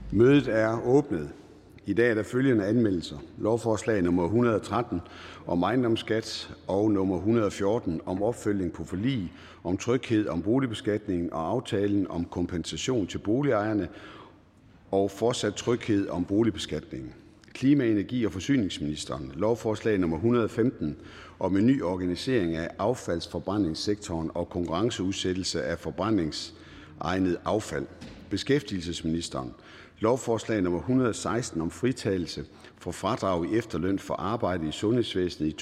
Mødet er åbnet. I dag er der følgende anmeldelser. Lovforslag nummer 113 om ejendomsskat og nummer 114 om opfølgning på forlig om tryghed om boligbeskatningen og aftalen om kompensation til boligejerne og fortsat tryghed om boligbeskatningen. Klima-, energi- og forsyningsministeren. Lovforslag nummer 115 om en ny organisering af affaldsforbrændingssektoren og konkurrenceudsættelse af forbrændingsegnet affald. Beskæftigelsesministeren. Lovforslag nummer 116 om fritagelse for fradrag i efterløn for arbejde i sundhedsvæsenet i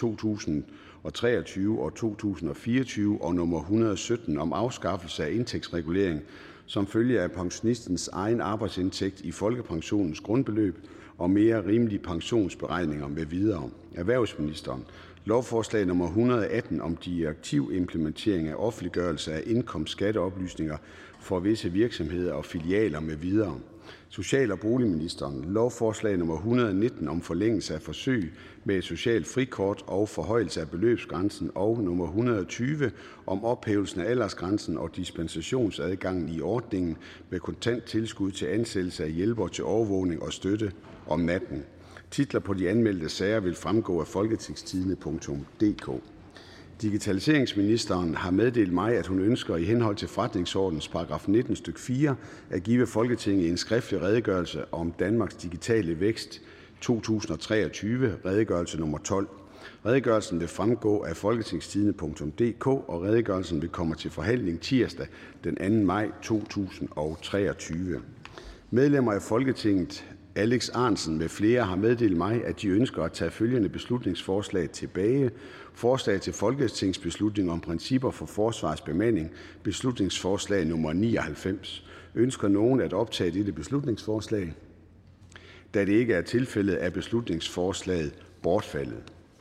2023 og 2024 og nummer 117 om afskaffelse af indtægtsregulering som følge af pensionistens egen arbejdsindtægt i folkepensionens grundbeløb og mere rimelige pensionsberegninger med videre. Erhvervsministeren. Lovforslag nummer 118 om direktivimplementering af offentliggørelse af indkomstskatteoplysninger for visse virksomheder og filialer med videre. Social- og boligministeren. Lovforslag nummer 119 om forlængelse af forsøg med et socialt frikort og forhøjelse af beløbsgrænsen og nummer 120 om ophævelsen af aldersgrænsen og dispensationsadgangen i ordningen med kontant tilskud til ansættelse af hjælpere til overvågning og støtte om natten. Titler på de anmeldte sager vil fremgå af folketingstidende.dk. Digitaliseringsministeren har meddelt mig, at hun ønsker i henhold til forretningsordenens paragraf 19 stykke 4 at give Folketinget en skriftlig redegørelse om Danmarks digitale vækst 2023, redegørelse nummer 12. Redegørelsen vil fremgå af folketingstidende.dk, og redegørelsen vil komme til forhandling tirsdag den 2. maj 2023. Medlemmer af Folketinget Alex Ahrendtsen med flere har meddelt mig, at de ønsker at tage følgende beslutningsforslag tilbage. Forslag til folketingsbeslutning om principper for forsvarets bemanding. Beslutningsforslag nummer 99. Ønsker nogen at optage dette beslutningsforslag? Da det ikke er tilfældet, er beslutningsforslaget bortfaldet.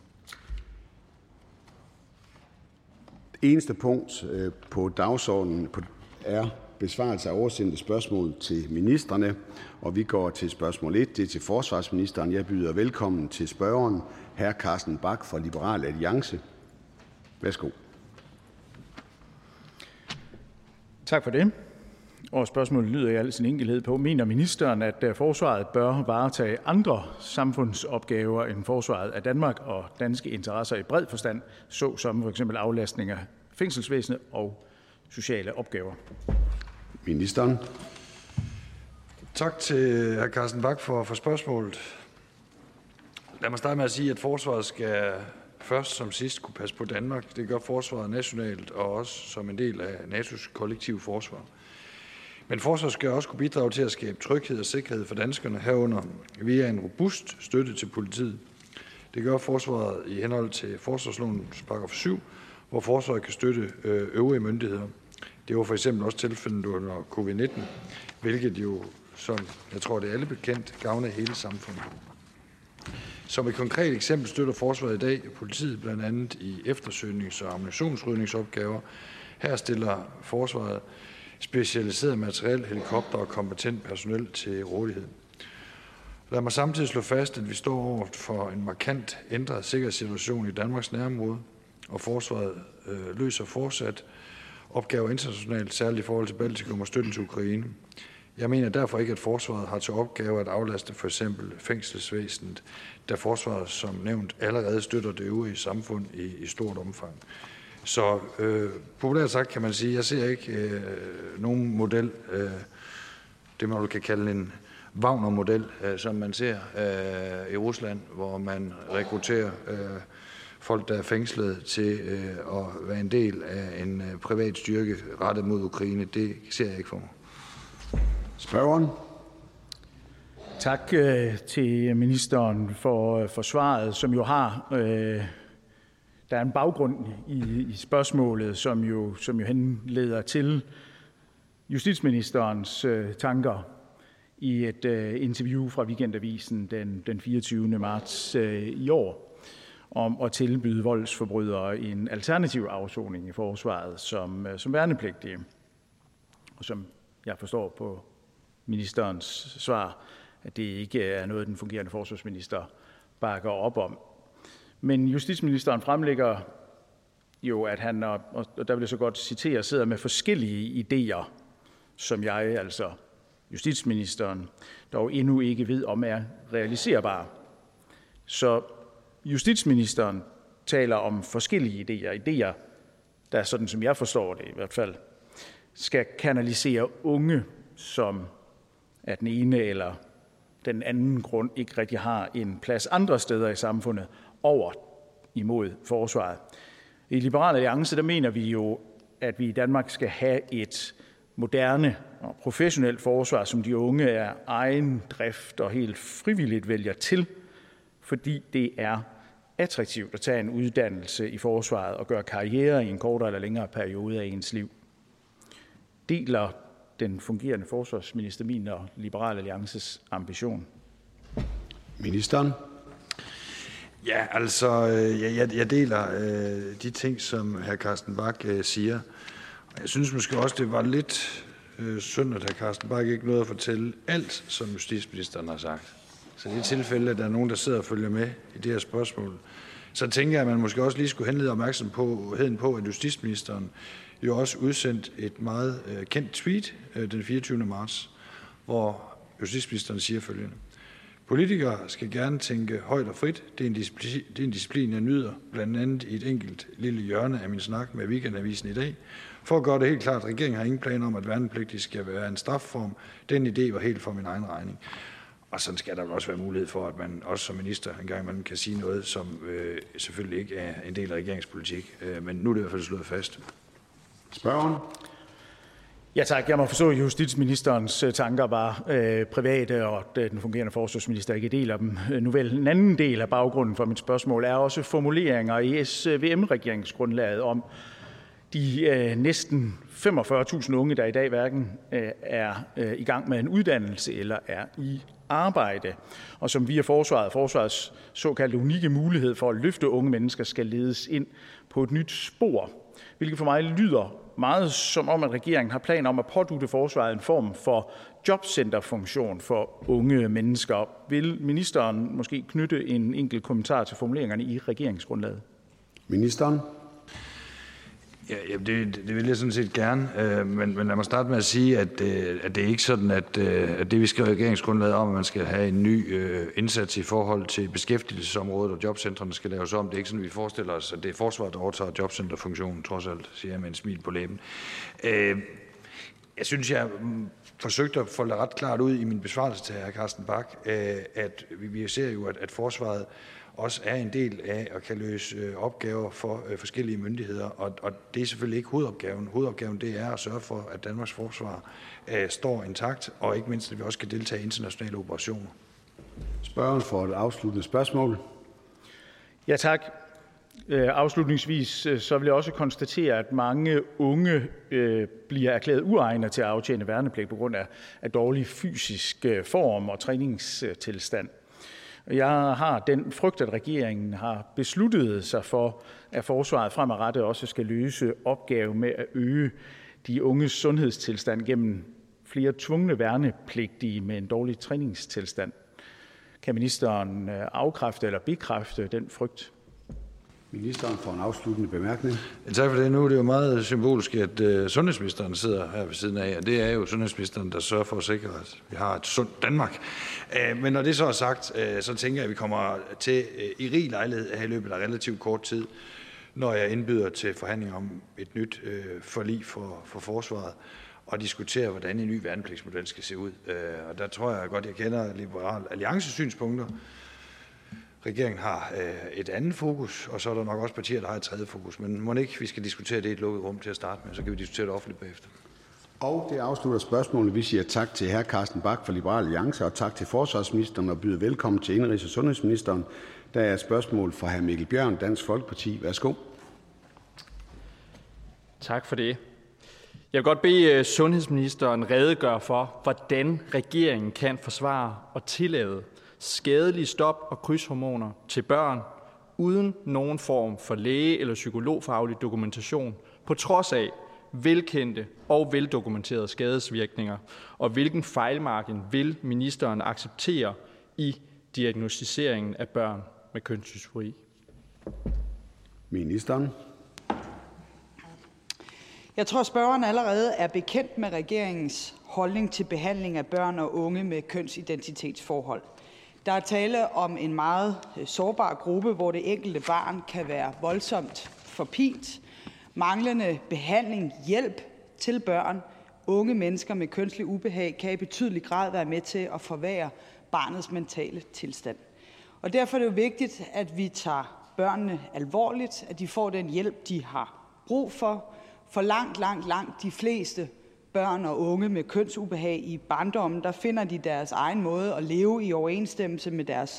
Det eneste punkt på dagsordenen er besvarelse af oversendte spørgsmål til ministrene, og vi går til spørgsmål 1. Det er til forsvarsministeren. Jeg byder velkommen til spørgeren, hr. Carsten Bach fra Liberal Alliance. Værsgo. Tak for det. Og spørgsmålet lyder i al sin enkelhed på: Mener ministeren, at forsvaret bør varetage andre samfundsopgaver end forsvaret af Danmark og danske interesser i bred forstand, såsom f.eks. aflastning af fængselsvæsenet og sociale opgaver? Ministeren. Tak til hr. Carsten Bach for spørgsmålet. Lad mig starte med at sige, at forsvaret skal først som sidst kunne passe på Danmark. Det gør forsvaret nationalt og også som en del af NATO's kollektive forsvar. Men forsvaret skal også kunne bidrage til at skabe tryghed og sikkerhed for danskerne herunder via en robust støtte til politiet. Det gør forsvaret i henhold til forsvarslovens paragraf 7, hvor forsvaret kan støtte øvrige myndigheder. Det var for eksempel også tilfældet under covid-19, hvilket jo, som jeg tror det er alle bekendt, gavner hele samfundet. Som et konkret eksempel støtter forsvaret i dag politiet blandt andet i eftersøgnings- og ammunitionsrydningsopgaver. Her stiller forsvaret specialiseret materiel, helikopter og kompetent personel til rådighed. Lad mig samtidig slå fast, at vi står over for en markant ændret sikkerhedssituation i Danmarks nærområde, og forsvaret løser fortsat opgaver internationalt, særligt i forhold til Baltikum og støtten til Ukraine. Jeg mener derfor ikke, at forsvaret har til opgave at aflaste for eksempel fængselsvæsenet, da forsvaret som nævnt allerede støtter det øvrige samfund i stort omfang. Så populært sagt kan man sige, at jeg ser ikke nogen model, det man kan kalde en Wagner-model, som man ser i Rusland, hvor man rekrutterer folk, der er fængslet, til at være en del af en privat styrke rettet mod Ukraine. Det ser jeg ikke for mig. Spørgeren. Tak til ministeren for svaret, som jo har... Der er en baggrund i spørgsmålet, som jo henleder til justitsministerens tanker i et interview fra Weekendavisen den 24. marts i år om at tilbyde voldsforbrydere en alternativ afsoning i forsvaret som værnepligtige. Og som jeg forstår på ministerens svar, at det ikke er noget, den fungerende forsvarsminister bakker op om. Men justitsministeren fremlægger jo, at han, og der vil jeg så godt citere, sidder med forskellige idéer, som jeg altså justitsministeren dog endnu ikke ved, om er realiserbare. Så justitsministeren taler om forskellige idéer, der, sådan som jeg forstår det i hvert fald, skal kanalisere unge, som af den ene eller den anden grund ikke rigtig har en plads andre steder i samfundet, over imod forsvaret. I Liberal Alliance, der mener vi jo, at vi i Danmark skal have et moderne og professionelt forsvar, som de unge af egen drift og helt frivilligt vælger til, fordi det er attraktivt at tage en uddannelse i forsvaret og gøre karriere i en kortere eller længere periode af ens liv. Deler den fungerende forsvarsminister min og Liberal Alliances ambition? Ministeren. Ja, altså, jeg deler de ting, som hr. Carsten Bach siger. Jeg synes måske også, det var lidt synd, at hr. Carsten Bach ikke nåede at fortælle alt, som justitsministeren har sagt. Så i det tilfælde, at der er nogen, der sidder og følger med i det her spørgsmål, så tænker jeg, at man måske også lige skulle henlede opmærksomheden på, at justitsministeren jo også udsendt et meget kendt tweet den 24. marts, hvor justitsministeren siger følgende: Politikere skal gerne tænke højt og frit. Det er en disciplin, jeg nyder, blandt andet i et enkelt lille hjørne af min snak med Weekendavisen i dag. For at gøre det helt klart, regeringen har ingen planer om, at værnepligtig skal være en strafform. Den idé var helt for min egen regning. Og sådan skal der også være mulighed for, at man også som minister engang man kan sige noget, som selvfølgelig ikke er en del af regeringspolitik. Men nu er det i hvert fald slået fast. Spørgeren. Ja tak. Jeg må forstå, at justitsministerens tanker var private, og at den fungerende forsvarsminister ikke deler dem. Nu vel, en anden del af baggrunden for mit spørgsmål er også formuleringer i SVM-regeringsgrundlaget om de næsten 45.000 unge, der i dag hverken er i gang med en uddannelse eller er i arbejde, og som via forsvarets såkaldte unikke mulighed for at løfte unge mennesker skal ledes ind på et nyt spor, hvilket for mig lyder meget som om, at regeringen har planer om at pådutte forsvaret en form for jobcenterfunktion for unge mennesker. Vil ministeren måske knytte en enkelt kommentar til formuleringerne i regeringsgrundlaget? Ministeren. Ja, det vil jeg sådan set gerne, men lad mig starte med at sige, at det er ikke sådan, at det vi skriver i regeringsgrundlaget om, at man skal have en ny indsats i forhold til beskæftigelsesområdet, og jobcentrene skal laves om. Det er ikke sådan, vi forestiller os, at det er forsvaret, der overtager jobcenterfunktionen, trods alt, siger jeg med en smil på læben. Jeg synes, jeg forsøgte at folde ret klart ud i min besvarelse til hr. Carsten Bach, at vi ser jo, at forsvaret også er en del af at kan løse opgaver for forskellige myndigheder, og det er selvfølgelig ikke hovedopgaven. Hovedopgaven det er at sørge for, at Danmarks forsvar står intakt, og ikke mindst, at vi også kan deltage i internationale operationer. Spørgeren får et afsluttende spørgsmål. Ja tak. Afslutningsvis så vil jeg også konstatere, at mange unge bliver erklæret uegnede til at aftjene værnepligt på grund af dårlig fysisk form og træningstilstand. Jeg har den frygt, at regeringen har besluttet sig for, at forsvaret fremadrettet også skal løse opgaven med at øge de unges sundhedstilstand gennem flere tvungne værnepligtige med en dårlig træningstilstand. Kan ministeren afkræfte eller bekræfte den frygt? Ministeren får en afsluttende bemærkning. Tak for det. Nu er det jo meget symbolisk, at sundhedsministeren sidder her ved siden af, og det er jo sundhedsministeren, der sørger for at sikre, at vi har et sundt Danmark. Men når det så er sagt, så tænker jeg, at vi kommer til i rig lejlighed her i løbet af relativt kort tid, når jeg indbyder til forhandlinger om et nyt forlig for forsvaret, og diskutere, hvordan en ny værnepligtsmodel skal se ud. Og der tror jeg godt, jeg kender Liberal Alliances synspunkter. Regeringen har et andet fokus, og så er der nok også partier, der har et tredje fokus. Men må ikke, vi skal diskutere det i et lukket rum til at starte med, så kan vi diskutere det offentligt bagefter. Og det afslutter spørgsmålet. Vi siger tak til hr. Carsten Bach fra Liberal Alliance, og tak til forsvarsministeren, og byder velkommen til indenrigs- og sundhedsministeren. Der er et spørgsmål fra hr. Mikkel Bjørn, Dansk Folkeparti. Værsgo. Tak for det. Jeg vil godt bede sundhedsministeren redegøre for, hvordan regeringen kan forsvare og tillade skadelige stop- og krydshormoner til børn uden nogen form for læge- eller psykologfaglig dokumentation, på trods af velkendte og veldokumenterede skadesvirkninger, og hvilken fejlmargin vil ministeren acceptere i diagnostiseringen af børn med kønsdysfori? Ministeren. Jeg tror, spørgeren allerede er bekendt med regeringens holdning til behandling af børn og unge med kønsidentitetsforhold. Der er tale om en meget sårbar gruppe, hvor det enkelte barn kan være voldsomt forpint. Manglende behandling, hjælp til børn, unge mennesker med kønslig ubehag kan i betydelig grad være med til at forværre barnets mentale tilstand. Og derfor er det jo vigtigt, at vi tager børnene alvorligt, at de får den hjælp, de har brug for. For langt de fleste børn og unge med kønsubehag i barndommen, der finder de deres egen måde at leve i overensstemmelse med deres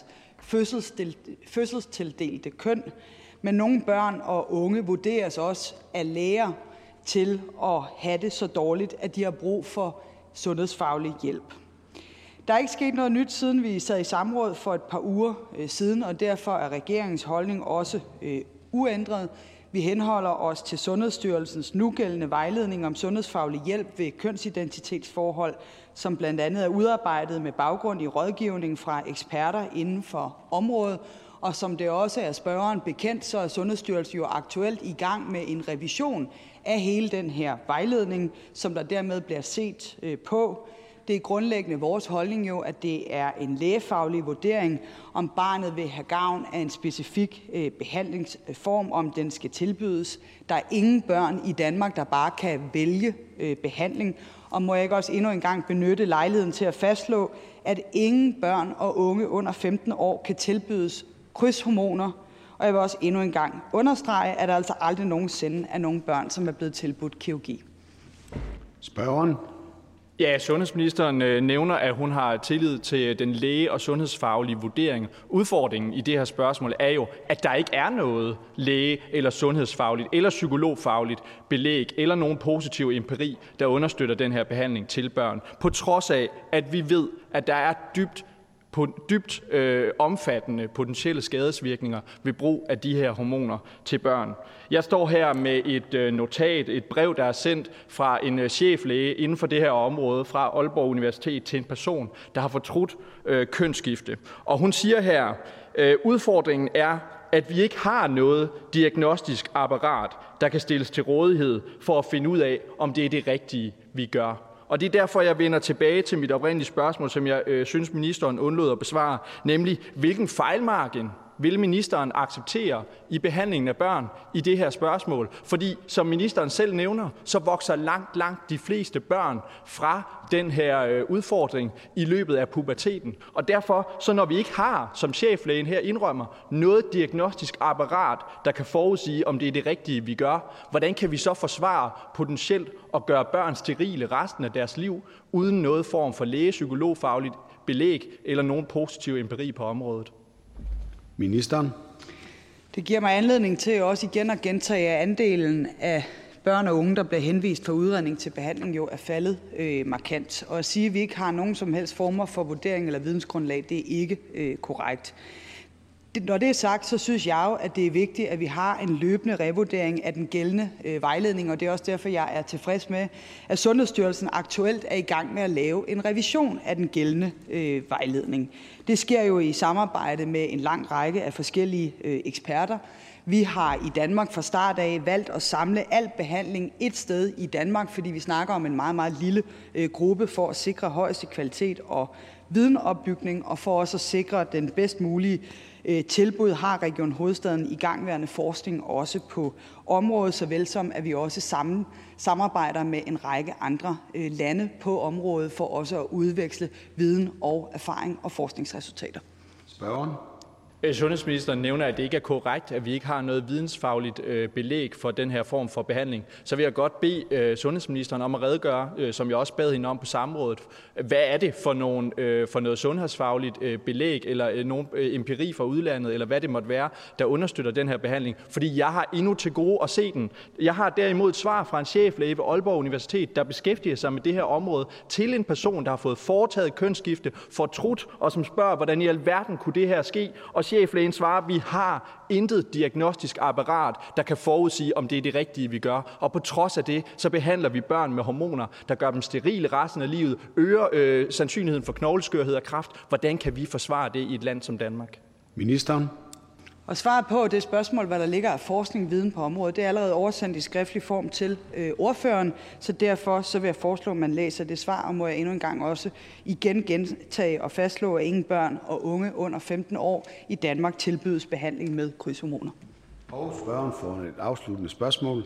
fødselstildelte køn. Men nogle børn og unge vurderes også af læger til at have det så dårligt, at de har brug for sundhedsfaglig hjælp. Der er ikke sket noget nyt, siden vi sad i samråd for et par uger siden, og derfor er regeringens holdning også uændret. Vi henholder os til Sundhedsstyrelsens nugældende vejledning om sundhedsfaglig hjælp ved kønsidentitetsforhold, som blandt andet er udarbejdet med baggrund i rådgivning fra eksperter inden for området. Og som det også er spørgeren bekendt, så er Sundhedsstyrelsen jo aktuelt i gang med en revision af hele den her vejledning, som der dermed bliver set på. Det er grundlæggende vores holdning jo, at det er en lægefaglig vurdering, om barnet vil have gavn af en specifik behandlingsform, om den skal tilbydes. Der er ingen børn i Danmark, der bare kan vælge behandling. Og må jeg ikke også endnu en gang benytte lejligheden til at fastslå, at ingen børn og unge under 15 år kan tilbydes krydshormoner. Og jeg vil også endnu en gang understrege, at der altså aldrig nogensinde er nogen børn, som er blevet tilbudt kirurgi. Spørgeren. Ja, sundhedsministeren nævner, at hun har tillid til den læge- og sundhedsfaglige vurdering. Udfordringen i det her spørgsmål er jo, at der ikke er noget læge- eller sundhedsfagligt eller psykologfagligt belæg eller nogen positiv empiri, der understøtter den her behandling til børn. På trods af, at vi ved, at der er dybt omfattende potentielle skadesvirkninger ved brug af de her hormoner til børn. Jeg står her med et notat, et brev, der er sendt fra en cheflæge inden for det her område fra Aalborg Universitet til en person, der har fortrudt kønsskifte. Og hun siger her, udfordringen er, at vi ikke har noget diagnostisk apparat, der kan stilles til rådighed for at finde ud af, om det er det rigtige, vi gør. Og det er derfor, jeg vender tilbage til mit oprindelige spørgsmål, som jeg synes, ministeren undlod at besvare, nemlig hvilken fejlmargin vil ministeren acceptere i behandlingen af børn i det her spørgsmål? Fordi, som ministeren selv nævner, så vokser langt de fleste børn fra den her udfordring i løbet af puberteten. Og derfor, så når vi ikke har, som cheflægen her indrømmer, noget diagnostisk apparat, der kan forudsige, om det er det rigtige, vi gør, hvordan kan vi så forsvare potentielt at gøre børn sterile resten af deres liv, uden noget form for læge-psykologfagligt belæg eller nogen positiv empiri på området? Ministeren. Det giver mig anledning til også igen at gentage, at andelen af børn og unge, der bliver henvist for udredning til behandling, jo er faldet markant. Og at sige, at vi ikke har nogen som helst former for vurdering eller vidensgrundlag, det er ikke korrekt. Når det er sagt, så synes jeg jo, at det er vigtigt, at vi har en løbende revurdering af den gældende vejledning, og det er også derfor, jeg er tilfreds med, at Sundhedsstyrelsen aktuelt er i gang med at lave en revision af den gældende vejledning. Det sker jo i samarbejde med en lang række af forskellige eksperter. Vi har i Danmark fra start af valgt at samle al behandling et sted i Danmark, fordi vi snakker om en meget lille gruppe for at sikre højeste kvalitet og videnopbygning, og for også at sikre den bedst mulige tilbud, har Region Hovedstaden igangværende forskning også på området, såvel som at vi også samarbejder med en række andre lande på området for også at udveksle viden og erfaring og forskningsresultater. Spørgeren. Sundhedsministeren nævner, at det ikke er korrekt, at vi ikke har noget vidensfagligt belæg for den her form for behandling. Så vil jeg godt bede sundhedsministeren om at redegøre, som jeg også bad hende om på samrådet. Hvad er det for noget sundhedsfagligt belæg, eller nogen empiri fra udlandet, eller hvad det måtte være, der understøtter den her behandling? Fordi jeg har endnu til gode at se den. Jeg har derimod et svar fra en cheflæge ved Aalborg Universitet, der beskæftiger sig med det her område, til en person, der har fået foretaget kønsskifte, fortrudt, og som spørger, hvordan i alverden kunne det her ske? Og cheflægen svarer, at vi har intet diagnostisk apparat, der kan forudsige, om det er det rigtige, vi gør. Og på trods af det, så behandler vi børn med hormoner, der gør dem sterile resten af livet, øger sandsynligheden for knogleskørhed og kræft. Hvordan kan vi forsvare det i et land som Danmark? Ministeren. Og svaret på det spørgsmål, hvad der ligger af forskning og viden på området, det er allerede oversendt i skriftlig form til ordføreren, så derfor så vil jeg foreslå, at man læser det svar, og må jeg endnu en gang også gentage og fastslå, at ingen børn og unge under 15 år i Danmark tilbydes behandling med krydshormoner. Og spørgeren får et afsluttende spørgsmål.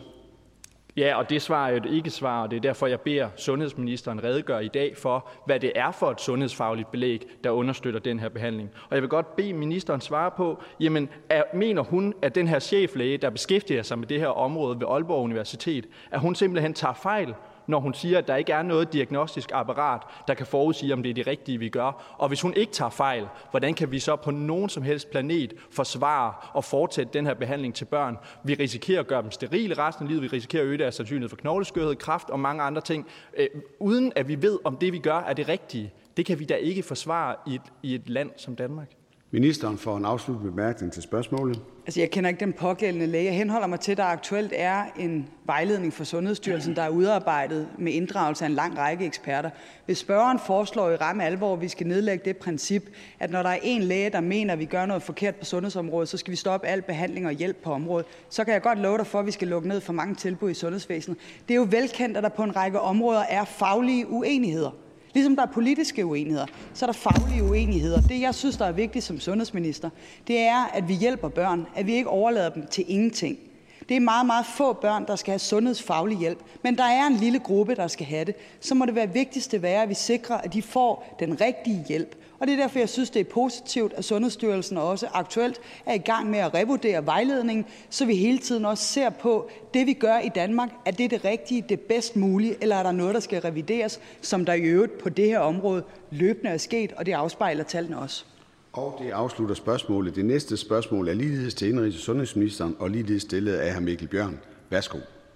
Ja, og det svar er jo et ikke-svar, og det er derfor, jeg beder sundhedsministeren redegøre i dag for, hvad det er for et sundhedsfagligt belæg, der understøtter den her behandling. Og jeg vil godt bede ministeren svare på, jamen, mener hun, at den her cheflæge, der beskæftiger sig med det her område ved Aalborg Universitet, at hun simpelthen tager fejl, når hun siger, at der ikke er noget diagnostisk apparat, der kan forudsige, om det er det rigtige, vi gør. Og hvis hun ikke tager fejl, hvordan kan vi så på nogen som helst planet forsvare og fortsætte den her behandling til børn? Vi risikerer at gøre dem sterile resten af livet, vi risikerer at øge deres sandsynlighed for knogleskørhed, kræft og mange andre ting, uden at vi ved, om det vi gør er det rigtige. Det kan vi da ikke forsvare i et land som Danmark. Ministeren får en afsluttende bemærkning til spørgsmålet. Altså, jeg kender ikke den pågældende læge. Jeg henholder mig til, at der aktuelt er en vejledning fra Sundhedsstyrelsen, der er udarbejdet med inddragelse af en lang række eksperter. Hvis spørgeren foreslår i ramme alvor, at vi skal nedlægge det princip, at når der er en læge, der mener, at vi gør noget forkert på sundhedsområdet, så skal vi stoppe al behandling og hjælp på området, så kan jeg godt love dig for, at vi skal lukke ned for mange tilbud i sundhedsvæsenet. Det er jo velkendt, at der på en række områder er faglige uenigheder. Ligesom der er politiske uenigheder, så er der faglige uenigheder. Det, jeg synes, der er vigtigt som sundhedsminister, det er, at vi hjælper børn, at vi ikke overlader dem til ingenting. Det er meget, meget få børn, der skal have sundhedsfaglig hjælp, men der er en lille gruppe, der skal have det. Så må det vigtigste være, at vi sikrer, at de får den rigtige hjælp. Og det er derfor, jeg synes, det er positivt, at Sundhedsstyrelsen også aktuelt er i gang med at revurdere vejledningen, så vi hele tiden også ser på det, vi gør i Danmark. Er det det rigtige, det bedst mulige, eller er der noget, der skal revideres, som der i øvrigt på det her område løbende er sket, og det afspejler tallene også. Og det afslutter spørgsmålet. Det næste spørgsmål er ligeledes til indenrigs- og sundhedsministeren, og ligeledes stillet af hr. Mikkel Bjørn. Værsgo.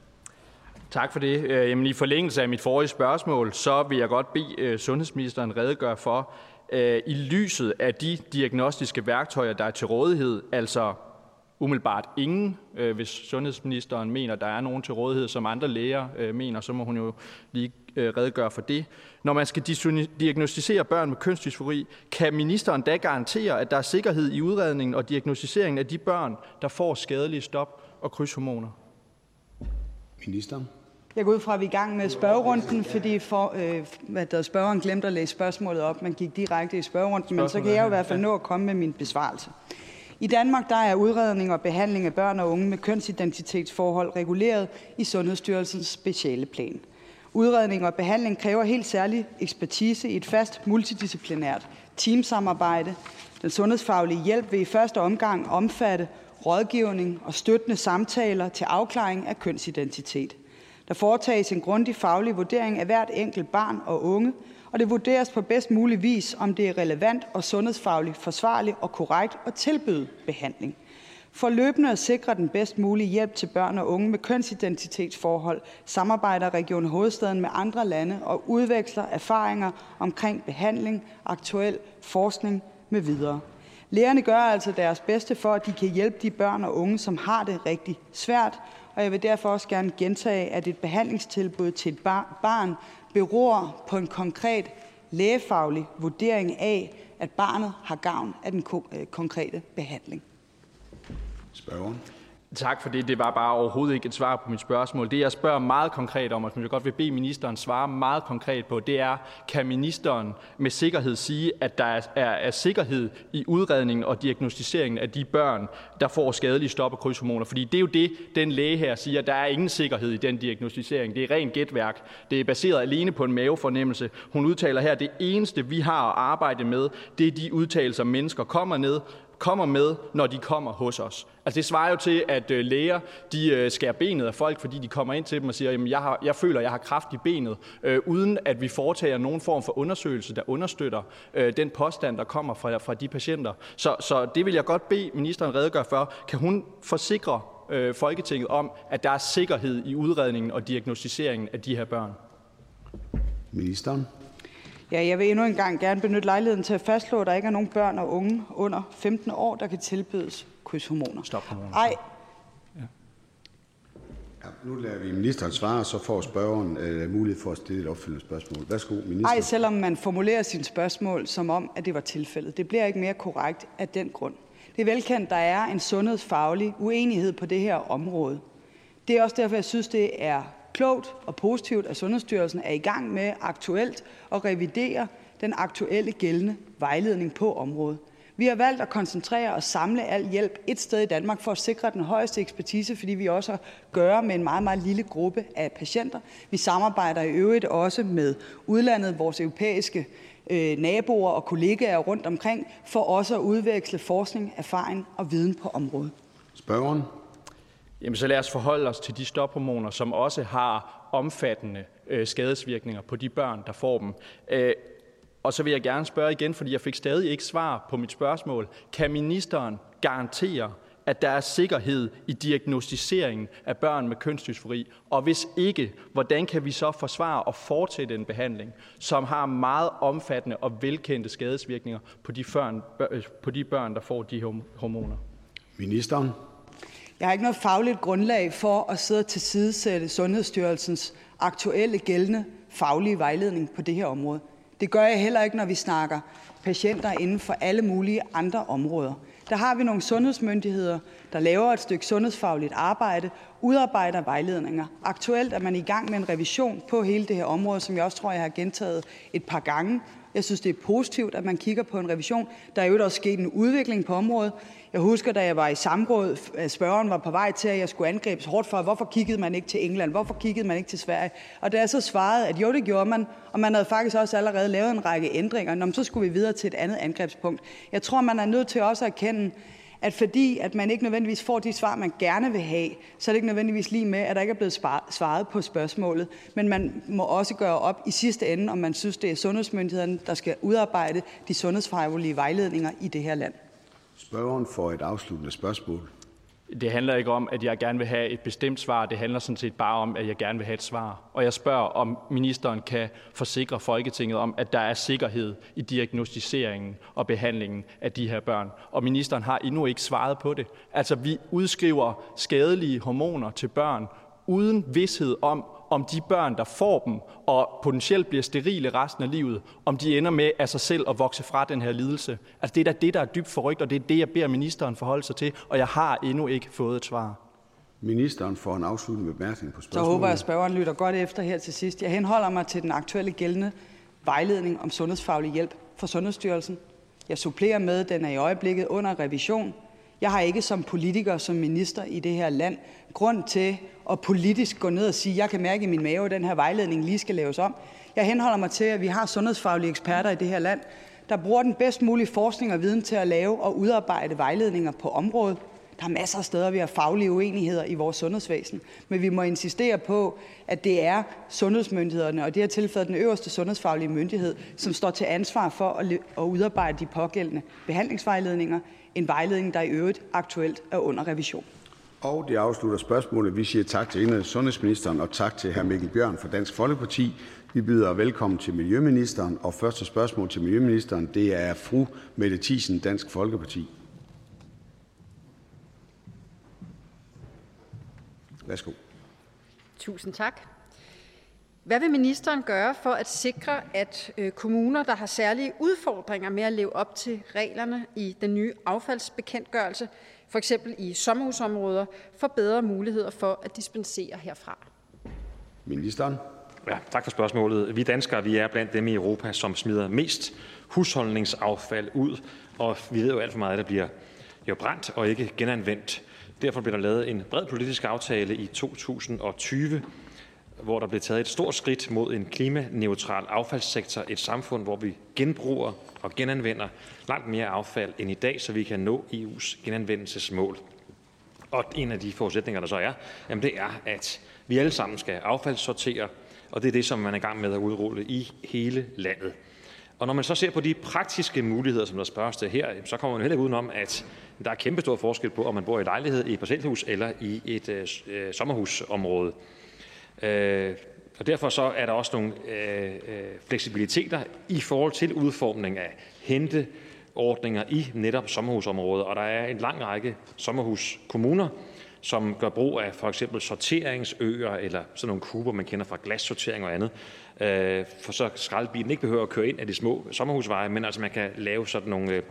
Tak for det. Jamen, i forlængelse af mit forrige spørgsmål, så vil jeg godt bede sundhedsministeren redegøre for, i lyset af de diagnostiske værktøjer, der er til rådighed, altså umiddelbart ingen, hvis sundhedsministeren mener, der er nogen til rådighed, som andre læger mener, så må hun jo lige redegøre for det. Når man skal diagnostisere børn med kønsdysfori, kan ministeren da garantere, at der er sikkerhed i udredningen og diagnostiseringen af de børn, der får skadelige stop- og krydshormoner? Ministeren. Jeg går ud fra, at vi er i gang med spørgerunden, fordi spørgeren glemte at læse spørgsmålet op. Man gik direkte i spørgerunden, men så kan jeg jo i hvert fald nå at komme med min besvarelse. I Danmark der er udredning og behandling af børn og unge med kønsidentitetsforhold reguleret i Sundhedsstyrelsens specialeplan. Udredning og behandling kræver helt særlig ekspertise i et fast multidisciplinært teamsamarbejde. Den sundhedsfaglige hjælp vil i første omgang omfatte rådgivning og støttende samtaler til afklaring af kønsidentitet. Der foretages en grundig faglig vurdering af hvert enkelt barn og unge, og det vurderes på bedst mulig vis, om det er relevant og sundhedsfagligt forsvarligt og korrekt at tilbyde behandling. For løbende at sikre den bedst mulige hjælp til børn og unge med kønsidentitetsforhold, samarbejder Region Hovedstaden med andre lande og udveksler erfaringer omkring behandling, aktuel forskning med videre. Lægerne gør altså deres bedste for, at de kan hjælpe de børn og unge, som har det rigtig svært, og jeg vil derfor også gerne gentage, at et behandlingstilbud til et barn beror på en konkret lægefaglig vurdering af, at barnet har gavn af den konkrete behandling. Spørgeren. Tak for det. Det var bare overhovedet ikke et svar på mit spørgsmål. Det, jeg spørger meget konkret om, og som jeg godt vil bede ministeren svare meget konkret på, det er, kan ministeren med sikkerhed sige, at der er sikkerhed i udredningen og diagnostiseringen af de børn, der får skadelige stop- og krydshormoner? Fordi det er jo det, den læge her siger, der er ingen sikkerhed i den diagnostisering. Det er rent gætværk. Det er baseret alene på en mavefornemmelse. Hun udtaler her, at det eneste, vi har at arbejde med, det er de udtalelser, mennesker kommer med, når de kommer hos os. Altså det svarer jo til, at læger de skærer benet af folk, fordi de kommer ind til dem og siger, jamen jeg føler, jeg har kræft i benet, uden at vi foretager nogen form for undersøgelse, der understøtter den påstand, der kommer fra de patienter. Så det vil jeg godt bede ministeren redegøre for. Kan hun forsikre Folketinget om, at der er sikkerhed i udredningen og diagnostiseringen af de her børn? Ministeren. Ja, jeg vil endnu en gang gerne benytte lejligheden til at fastslå, at der ikke er nogen børn og unge under 15 år, der kan tilbydes krydshormoner. Stophormoner. Ej. Ja, nu lader vi ministeren svare, så får spørgeren mulighed for at stille et opfølgende spørgsmål. Værsgo, minister. Ej, selvom man formulerer sine spørgsmål som om, at det var tilfældet. Det bliver ikke mere korrekt af den grund. Det er velkendt, der er en sundhedsfaglig uenighed på det her område. Det er også derfor, jeg synes, det er klogt og positivt, at Sundhedsstyrelsen er i gang med aktuelt at revidere den aktuelle gældende vejledning på området. Vi har valgt at koncentrere og samle al hjælp et sted i Danmark for at sikre den højeste ekspertise, fordi vi også har at gøre med en meget, meget lille gruppe af patienter. Vi samarbejder i øvrigt også med udlandet, vores europæiske naboer og kollegaer rundt omkring, for også at udveksle forskning, erfaring og viden på området. Spørgeren. Jamen, så lad os forholde os til de stophormoner, som også har omfattende skadesvirkninger på de børn, der får dem. Og så vil jeg gerne spørge igen, fordi jeg fik stadig ikke svar på mit spørgsmål. Kan ministeren garantere, at der er sikkerhed i diagnostiseringen af børn med kønsdysfori? Og hvis ikke, hvordan kan vi så forsvare og fortsætte en behandling, som har meget omfattende og velkendte skadesvirkninger på de børn, der får de hormoner? Ministeren. Jeg har ikke noget fagligt grundlag for at sidde og tilsidesætte Sundhedsstyrelsens aktuelle gældende faglige vejledning på det her område. Det gør jeg heller ikke, når vi snakker patienter inden for alle mulige andre områder. Der har vi nogle sundhedsmyndigheder, der laver et stykke sundhedsfagligt arbejde, udarbejder vejledninger. Aktuelt er man i gang med en revision på hele det her område, som jeg også tror, jeg har gentaget et par gange. Jeg synes, det er positivt, at man kigger på en revision. Der er jo også sket en udvikling på området. Jeg husker, da jeg var i samråd, spørgeren var på vej til, at jeg skulle angribes hårdt for, hvorfor kiggede man ikke til England, hvorfor kiggede man ikke til Sverige? Og da jeg så svarede, at jo, det gjorde man, og man havde faktisk også allerede lavet en række ændringer, så skulle vi videre til et andet angrebspunkt. Jeg tror, man er nødt til også at erkende, at fordi at man ikke nødvendigvis får de svar, man gerne vil have, så er det ikke nødvendigvis lige med, at der ikke er blevet svaret på spørgsmålet. Men man må også gøre op i sidste ende, om man synes, det er sundhedsmyndighederne, der skal udarbejde de sundhedsfaglige vejledninger i det her land. Spørgeren får et afsluttende spørgsmål. Det handler ikke om, at jeg gerne vil have et bestemt svar. Det handler sådan set bare om, at jeg gerne vil have et svar. Og jeg spørger, om ministeren kan forsikre Folketinget om, at der er sikkerhed i diagnostiseringen og behandlingen af de her børn. Og ministeren har endnu ikke svaret på det. Altså, vi udskriver skadelige hormoner til børn uden vished om de børn, der får dem, og potentielt bliver sterile resten af livet, om de ender med af sig selv at vokse fra den her lidelse. Altså, det er da det, der er dybt forrygt, og det er det, jeg beder ministeren forholde sig til, og jeg har endnu ikke fået et svar. Ministeren får en afsluttende bemærkning på spørgsmålet. Så håber jeg, at spørgeren lytter godt efter her til sidst. Jeg henholder mig til den aktuelle gældende vejledning om sundhedsfaglig hjælp fra Sundhedsstyrelsen. Jeg supplerer med, at den er i øjeblikket under revision. Jeg har ikke som politiker, som minister i det her land, grund til at politisk gå ned og sige, at jeg kan mærke i min mave, at den her vejledning lige skal laves om. Jeg henholder mig til, at vi har sundhedsfaglige eksperter i det her land, der bruger den bedst mulige forskning og viden til at lave og udarbejde vejledninger på området. Der er masser af steder, vi har faglige uenigheder i vores sundhedsvæsen, men vi må insistere på, at det er sundhedsmyndighederne, og det har tilfældet den øverste sundhedsfaglige myndighed, som står til ansvar for at udarbejde de pågældende behandlingsvejledninger. En vejledning, der i øvrigt aktuelt er under revision. Og det afslutter spørgsmålet. Vi siger tak til indenrigs- og sundhedsministeren og tak til hr. Mikkel Bjørn fra Dansk Folkeparti. Vi byder velkommen til miljøministeren, og første spørgsmål til miljøministeren, det er fru Mette Thiesen, Dansk Folkeparti. Værsgo. Tusind tak. Hvad vil ministeren gøre for at sikre, at kommuner, der har særlige udfordringer med at leve op til reglerne i den nye affaldsbekendtgørelse, for eksempel i sommerhusområder, får bedre muligheder for at dispensere herfra? Ministeren. Ja, tak for spørgsmålet. Vi danskere, vi er blandt dem i Europa, som smider mest husholdningsaffald ud, og vi ved jo alt for meget, at der bliver brændt og ikke genanvendt. Derfor blev der lavet en bred politisk aftale i 2020, hvor der blev taget et stort skridt mod en klimaneutral affaldssektor, et samfund, hvor vi genbruger og genanvender langt mere affald end i dag, så vi kan nå EU's genanvendelsesmål. Og en af de forudsætninger, der så er, jamen det er, at vi alle sammen skal affaldssortere, og det er det, som man er i gang med at udrulle i hele landet. Og når man så ser på de praktiske muligheder, som der spørges til her, så kommer man heller ikke udenom, at der er kæmpe stor forskel på, om man bor i lejlighed, i et parcelhus eller i et sommerhusområde. Og derfor så er der også nogle fleksibiliteter i forhold til udformning af henteordninger i netop sommerhusområder. Og der er en lang række sommerhuskommuner, som gør brug af for eksempel sorteringsøer eller sådan nogle kuber, man kender fra glassortering og andet. For så skraldbilen ikke behøver at køre ind af de små sommerhusveje, men altså man kan lave sådan nogle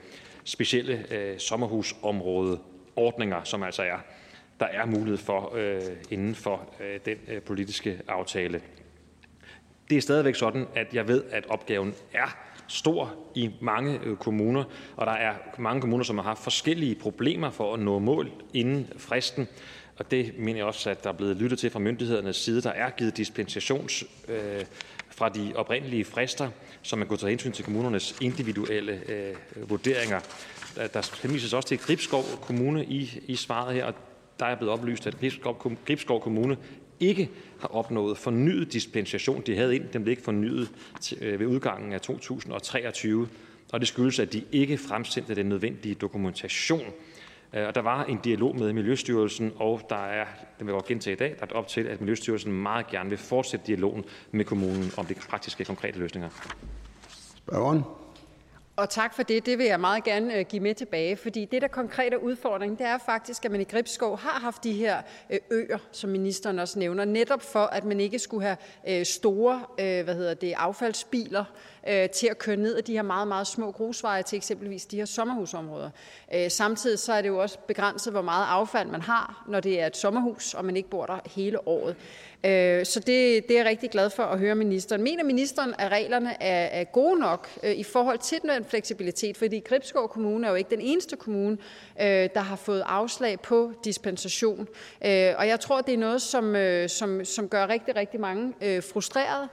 specielle sommerhusområdeordninger, som altså der er mulighed for inden for den politiske aftale. Det er stadigvæk sådan, at jeg ved, at opgaven er stor i mange kommuner, og der er mange kommuner, som har haft forskellige problemer for at nå mål inden fristen. Og det mener jeg også, at der er blevet lyttet til fra myndighedernes side. Der er givet dispensation fra de oprindelige frister, som man kunne tage hensyn til kommunernes individuelle vurderinger. Der henvises også til Gribskov Kommune i svaret her, og der er blevet oplyst, at Gribskov Kommune ikke har opnået fornyet dispensation. De havde den blev ikke fornyet ved udgangen af 2023, og det skyldes, at de ikke fremsendte den nødvendige dokumentation. Og der var en dialog med Miljøstyrelsen, og den vil jeg godt gentage i dag, der er op til, at Miljøstyrelsen meget gerne vil fortsætte dialogen med kommunen om de praktiske, konkrete løsninger. Spørgeren. Og tak for det. Det vil jeg meget gerne give med tilbage, fordi det, der konkret er udfordringen, det er faktisk, at man i Gribskov har haft de her øer, som ministeren også nævner, netop for, at man ikke skulle have store affaldsbiler til at køre ned ad de her meget, meget små grusveje til eksempelvis de her sommerhusområder. Samtidig så er det jo også begrænset, hvor meget affald man har, når det er et sommerhus, og man ikke bor der hele året. Så det er jeg rigtig glad for at høre ministeren. Mener ministeren, at reglerne er gode nok i forhold til den fleksibilitet? Fordi Gribskov Kommune er jo ikke den eneste kommune, der har fået afslag på dispensation. Og jeg tror, det er noget, som gør rigtig, rigtig mange frustrerede.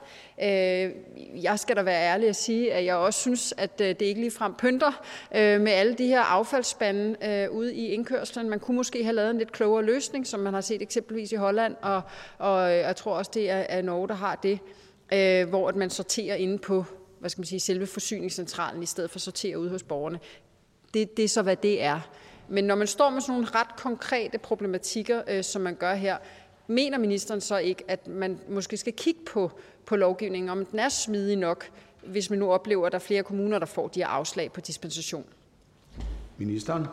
Jeg skal da være ærlig at sige, at jeg også synes, at det ikke ligefrem pynter med alle de her affaldsspande ude i indkørslen. Man kunne måske have lavet en lidt klogere løsning, som man har set eksempelvis i Holland, og jeg tror også, det er Norge, der har det, hvor man sorterer inde på selve forsyningscentralen, i stedet for at sortere ude hos borgerne. Det er så, hvad det er. Men når man står med sådan nogle ret konkrete problematikker, som man gør her, mener ministeren så ikke, at man måske skal kigge på lovgivningen, om den er smidig nok, hvis man nu oplever, at der er flere kommuner, der får de her afslag på dispensation? Ministeren?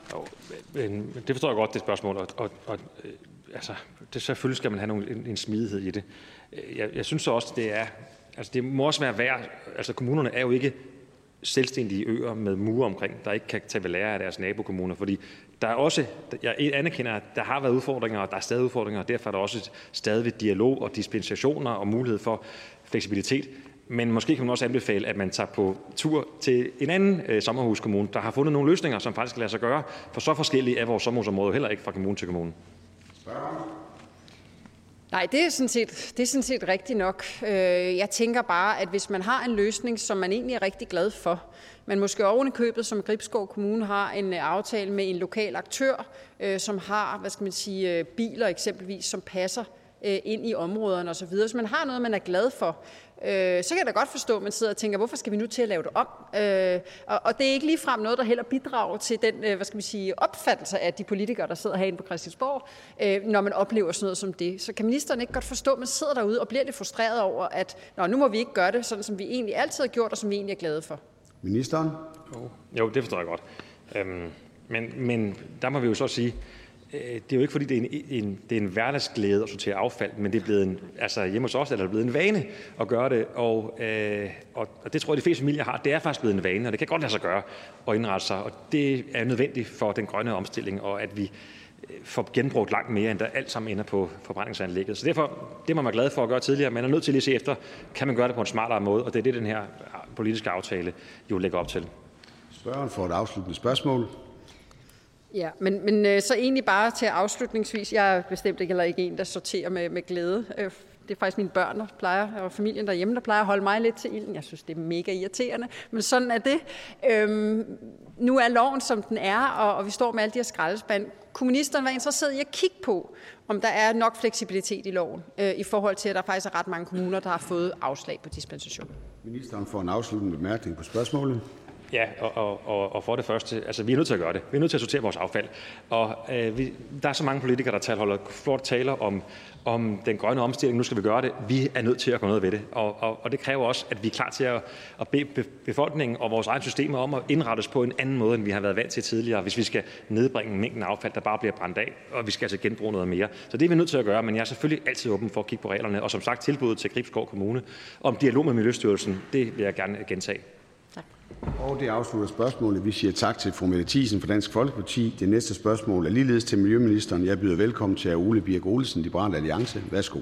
Det forstår jeg godt, det spørgsmål, og selvfølgelig skal man have en smidighed i det. Jeg synes så også, det må også være værd. Altså kommunerne er jo ikke selvstændige øer med mure omkring, der ikke kan tage ved lære af deres nabokommuner, fordi der er også, jeg anerkender, at der har været udfordringer, og der er stadig udfordringer, og derfor er der også stadig dialog og dispensationer og mulighed for fleksibilitet. Men måske kan man også anbefale, at man tager på tur til en anden sommerhuskommune, der har fundet nogle løsninger, som faktisk kan lade sig gøre, for så forskellige er vores sommerhusområder heller ikke fra kommune til kommune. Nej, det er sådan set rigtigt nok. Jeg tænker bare, at hvis man har en løsning, som man egentlig er rigtig glad for, men måske oven i købet, som Gribskov Kommune har en aftale med en lokal aktør, som har, biler eksempelvis, som passer ind i områderne osv. Så man har noget, man er glad for. Så kan jeg da godt forstå, at man sidder og tænker, hvorfor skal vi nu til at lave det om? Og det er ikke ligefrem noget, der heller bidrager til den opfattelse af de politikere, der sidder herinde på Christiansborg, når man oplever sådan noget som det. Så kan ministeren ikke godt forstå, at man sidder derude og bliver lidt frustreret over, at nu må vi ikke gøre det, sådan som vi egentlig altid har gjort, og som vi egentlig er glade for? Ministeren? Jo, det forstår jeg godt. Men der må vi jo så sige, det er jo ikke, fordi det er en hverdagsglæde at sortere affald, men det er blevet hjemme hos os er det blevet en vane at gøre det, og det tror jeg, de fleste familier har. Det er faktisk blevet en vane, og det kan godt lade sig gøre at indrette sig, og det er nødvendigt for den grønne omstilling, og at vi får genbrugt langt mere, end der alt sammen ender på forbrændingsanlægget. Så derfor, det må man være glad for at gøre tidligere. Man er nødt til lige at se efter, kan man gøre det på en smartere måde, og det er det, den her politiske aftale jo lægger op til. Spørgeren får et afsluttende spørgsmål. Ja, men så egentlig bare til afslutningsvis, jeg er bestemt ikke en, der sorterer med glæde. Det er faktisk mine børn, der plejer, og familien derhjemme, der plejer at holde mig lidt til ilden. Jeg synes, det er mega irriterende, men sådan er det. Nu er loven, som den er, og vi står med alle de her skraldespand. Kunne ministeren være interesseret i at kigge på, om der er nok fleksibilitet i loven, i forhold til, at der faktisk er ret mange kommuner, der har fået afslag på dispensation? Ministeren får en afsluttende bemærkning på spørgsmålet. Ja, og for det første, vi er nødt til at gøre det. Vi er nødt til at sortere vores affald. Og der er så mange politikere, der holder flot taler om den grønne omstilling. Nu skal vi gøre det. Vi er nødt til at gøre noget ved det. Og det kræver også, at vi er klar til at bede befolkningen og vores egne systemer om at indrettes på en anden måde, end vi har været vant til tidligere, hvis vi skal nedbringe mængden af affald, der bare bliver brændt af, og vi skal altså genbruge noget mere. Så det er vi nødt til at gøre, men jeg er selvfølgelig altid åben for at kigge på reglerne. Og som sagt, tilbuddet til Gribskov Kommune om dialog med Miljøstyrelsen, det vil jeg gerne gentage. Tak. Og det afslutter spørgsmålet. Vi siger tak til fru Mette Thiesen fra Dansk Folkeparti. Det næste spørgsmål er ligeledes til miljøministeren. Jeg byder velkommen til Ole Birk Olesen, Liberal Alliance. Værsgo.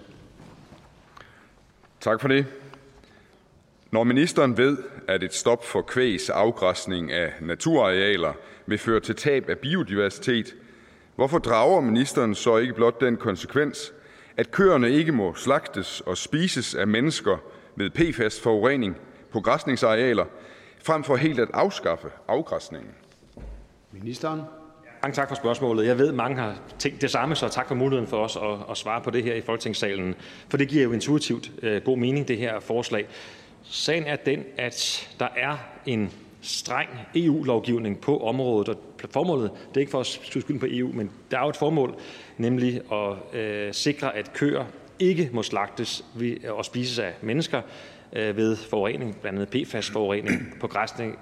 Tak for det. Når ministeren ved, at et stop for kvægs afgræsning af naturarealer vil føre til tab af biodiversitet, hvorfor drager ministeren så ikke blot den konsekvens, at køerne ikke må slagtes og spises af mennesker ved PFAS-forurening på græsningsarealer, frem for helt at afskaffe afgræsningen? Ministeren. Mange tak for spørgsmålet. Jeg ved, mange har tænkt det samme, så tak for muligheden for os at svare på det her i Folketingssalen. For det giver jo intuitivt god mening, det her forslag. Sagen er den, at der er en streng EU-lovgivning på området, og formålet, det er ikke for at skyde skylden på EU, men der er jo et formål, nemlig at sikre, at køer ikke må slagtes og spises af mennesker ved forurening, blandt andet PFAS-forurening på græsning,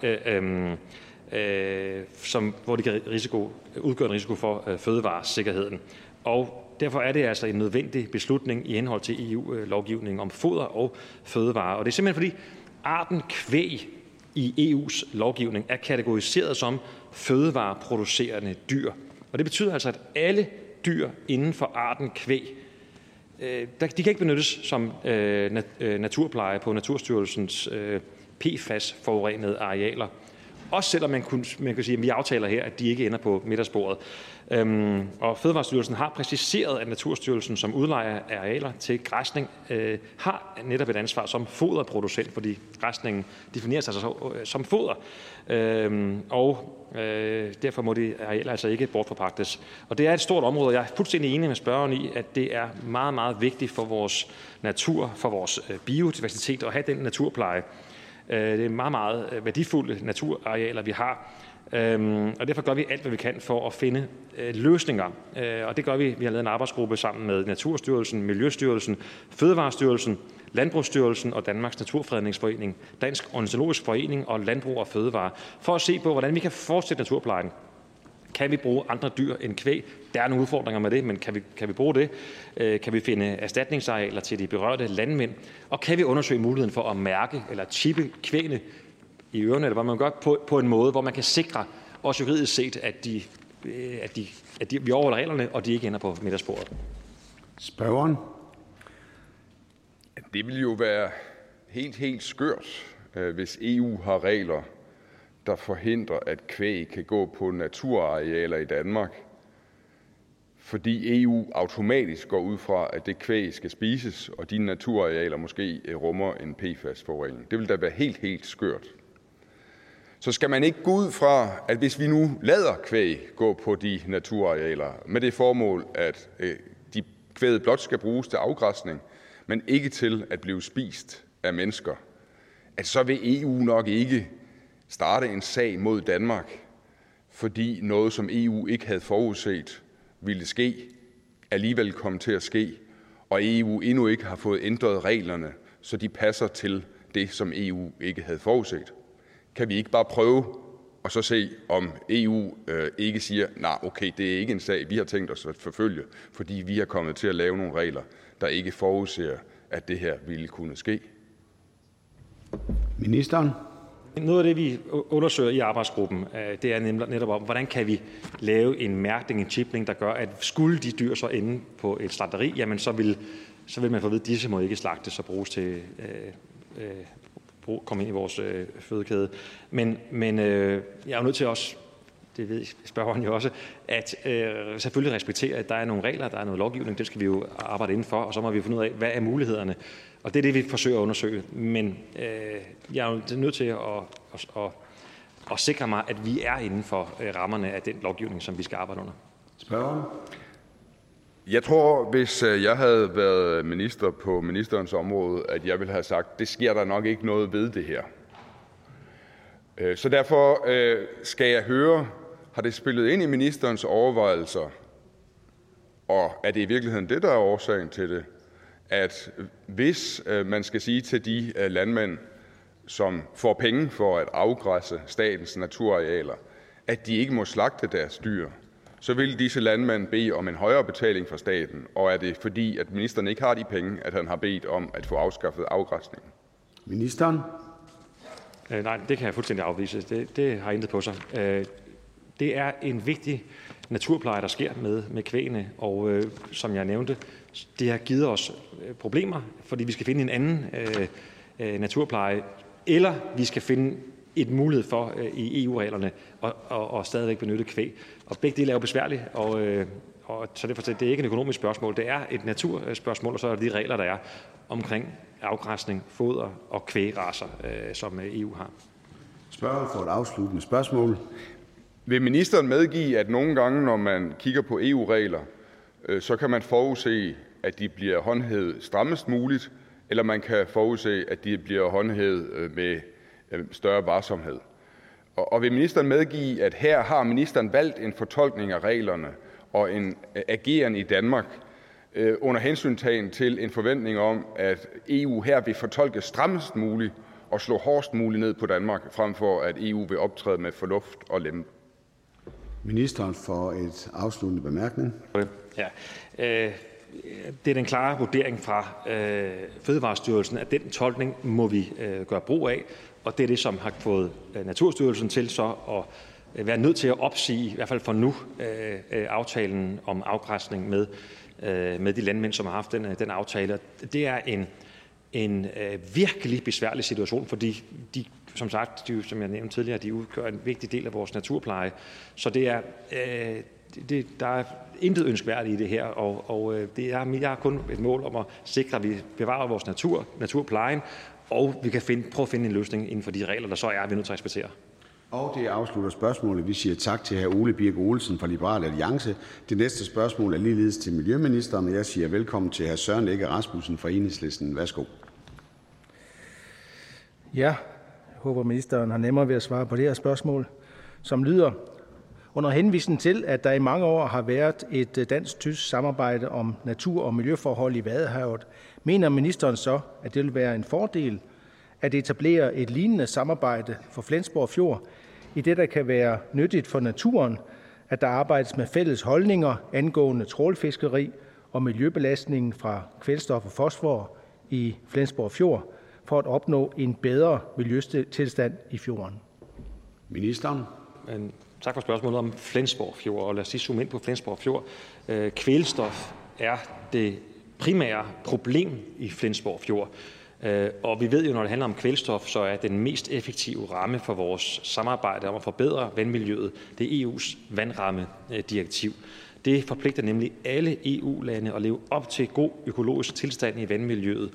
hvor det kan udgøre en risiko for fødevaresikkerheden. Og derfor er det altså en nødvendig beslutning i henhold til EU-lovgivningen om foder og fødevarer. Og det er simpelthen fordi arten kvæg i EU's lovgivning er kategoriseret som fødevareproducerende dyr. Og det betyder altså, at alle dyr inden for arten kvæg, de kan ikke benyttes som naturpleje på Naturstyrelsens PFAS-forurenede arealer. Også selvom man kan sige, at vi aftaler her, at de ikke ender på middagsbordet. Og Fødevarestyrelsen har præciseret, at Naturstyrelsen som udlejer af arealer til græsning har netop et ansvar som foderproducent, fordi græsningen definerer sig som foder. Derfor må de arealer altså ikke bortforpagtes. Og det er et stort område, og jeg er fuldstændig enig med spørgeren i, at det er meget, meget vigtigt for vores natur, for vores biodiversitet at have den naturpleje. Det er meget, meget værdifulde naturarealer, vi har, og derfor gør vi alt, hvad vi kan for at finde løsninger. Og det gør vi. Vi har lavet en arbejdsgruppe sammen med Naturstyrelsen, Miljøstyrelsen, Fødevarestyrelsen, Landbrugsstyrelsen og Danmarks Naturfredningsforening, Dansk Ornitologisk Forening og Landbrug og Fødevare, for at se på, hvordan vi kan fortsætte naturplejen. Kan vi bruge andre dyr end kvæg? Der er nogle udfordringer med det, men kan vi bruge det? Kan vi finde erstatningsarealer til de berørte landmænd? Og kan vi undersøge muligheden for at mærke eller chippe kvægene i ørerne, eller hvad man gør på en måde, hvor man kan sikre, også juridisk set, at vi overholder reglerne, og de ikke ender på middagsbordet? Spørgeren. Det vil jo være helt skørt, hvis EU har regler, der forhindrer, at kvæg kan gå på naturarealer i Danmark, fordi EU automatisk går ud fra, at det kvæg skal spises, og de naturarealer måske rummer en PFAS-forurening. Det vil da være helt skørt. Så skal man ikke gå ud fra, at hvis vi nu lader kvæg gå på de naturarealer, med det formål, at de kvæget blot skal bruges til afgræsning, men ikke til at blive spist af mennesker, at så vil EU nok ikke starte en sag mod Danmark, fordi noget, som EU ikke havde forudset ville ske, alligevel kom til at ske, og EU endnu ikke har fået ændret reglerne, så de passer til det, som EU ikke havde forudset. Kan vi ikke bare prøve og så se, om EU ikke siger, nej, okay, det er ikke en sag, vi har tænkt os at forfølge, fordi vi er kommet til at lave nogle regler, der ikke forudser, at det her ville kunne ske? Ministeren. Noget af det, vi undersøger i arbejdsgruppen, det er netop om, hvordan kan vi lave en mærkning, en chipning, der gør, at skulle de dyr så ende på et slagteri, jamen så vil man få at vide, at disse må ikke slagtes og bruges til komme ind i vores fødekæde. Men jeg er jo nødt til også, det ved spørgeren jo også, at selvfølgelig respektere, at der er nogle regler, der er noget lovgivning, det skal vi jo arbejde inden for, og så må vi finde ud af, hvad er mulighederne. Og det er det, vi forsøger at undersøge. Men jeg er jo nødt til at sikre mig, at vi er inden for rammerne af den lovgivning, som vi skal arbejde under. Spørgeren. Jeg tror, hvis jeg havde været minister på ministerens område, at jeg ville have sagt, det sker der nok ikke noget ved det her. Så derfor skal jeg høre, har det spillet ind i ministerens overvejelser, og er det i virkeligheden det, der er årsagen til det, at hvis man skal sige til de landmænd, som får penge for at afgræsse statens naturarealer, at de ikke må slagte deres dyr, så vil disse landmænd bede om en højere betaling fra staten, og er det fordi, at ministeren ikke har de penge, at han har bedt om at få afskaffet afgræsningen? Ministeren. Nej, det kan jeg fuldstændig afvise. Det har intet på sig. Det er en vigtig naturpleje, der sker med kvægene, og som jeg nævnte, det har givet os problemer, fordi vi skal finde en anden naturpleje, eller vi skal finde et mulighed for i EU-reglerne at stadigvæk benytte kvæg. Og begge dele er jo besværlige, og så det er ikke et økonomisk spørgsmål, det er et naturspørgsmål, og så er det de regler, der er omkring afgræsning, foder og kvægracer, som EU har. Spørger for et afsluttende spørgsmål. Vil ministeren medgive, at nogle gange, når man kigger på EU-regler, så kan man forudse, at de bliver håndhævet strammest muligt, eller man kan forudse, at de bliver håndhævet med større varsomhed? Og vil ministeren medgive, at her har ministeren valgt en fortolkning af reglerne og en ageren i Danmark under hensyntagen til en forventning om, at EU her vil fortolke strammest muligt og slå hårdest muligt ned på Danmark, frem for at EU vil optræde med fornuft og lempe? Ministeren for et afsluttende bemærkning. Ja. Det er den klare vurdering fra Fødevarestyrelsen, at den tolkning må vi gøre brug af, og det er det, som har fået Naturstyrelsen til så at være nødt til at opsige, i hvert fald for nu, aftalen om afgræsning med de landmænd, som har haft den aftale. Det er en virkelig besværlig situation, fordi de, som sagt, som jeg nævnte tidligere, de udgør en vigtig del af vores naturpleje. Så det er, der er intet ønskværdigt i det her, og jeg har kun et mål om at sikre, at vi bevarer vores naturplejen, og vi kan prøve at finde en løsning inden for de regler, der så er, vi nødt til at respektere. Og det afslutter spørgsmålet. Vi siger tak til hr. Ole Birk Olesen fra Liberal Alliance. Det næste spørgsmål er ligeledes til miljøministeren, og jeg siger velkommen til hr. Søren Egge Rasmussen fra Enhedslisten. Værsgo. Ja, jeg håber, ministeren har nemmere ved at svare på det her spørgsmål, som lyder: under henvisning til, at der i mange år har været et dansk-tysk samarbejde om natur- og miljøforhold i Vadehavet, mener ministeren så, at det vil være en fordel at etablere et lignende samarbejde for Flensborg Fjord, i det der kan være nyttigt for naturen, at der arbejdes med fælles holdninger angående trawlfiskeri og miljøbelastningen fra kvælstof og fosfor i Flensborg Fjord, for at opnå en bedre miljøtilstand i fjorden? Ministeren. Tak for spørgsmålet om Flensborg Fjord, og lad os lige zoome ind på Flensborg Fjord. Kvælstof er det primære problem i Flensborg Fjord. Og vi ved jo, når det handler om kvælstof, så er den mest effektive ramme for vores samarbejde om at forbedre vandmiljøet, det er EU's vandrammedirektiv. Det forpligter nemlig alle EU-lande at leve op til god økologisk tilstand i vandmiljøet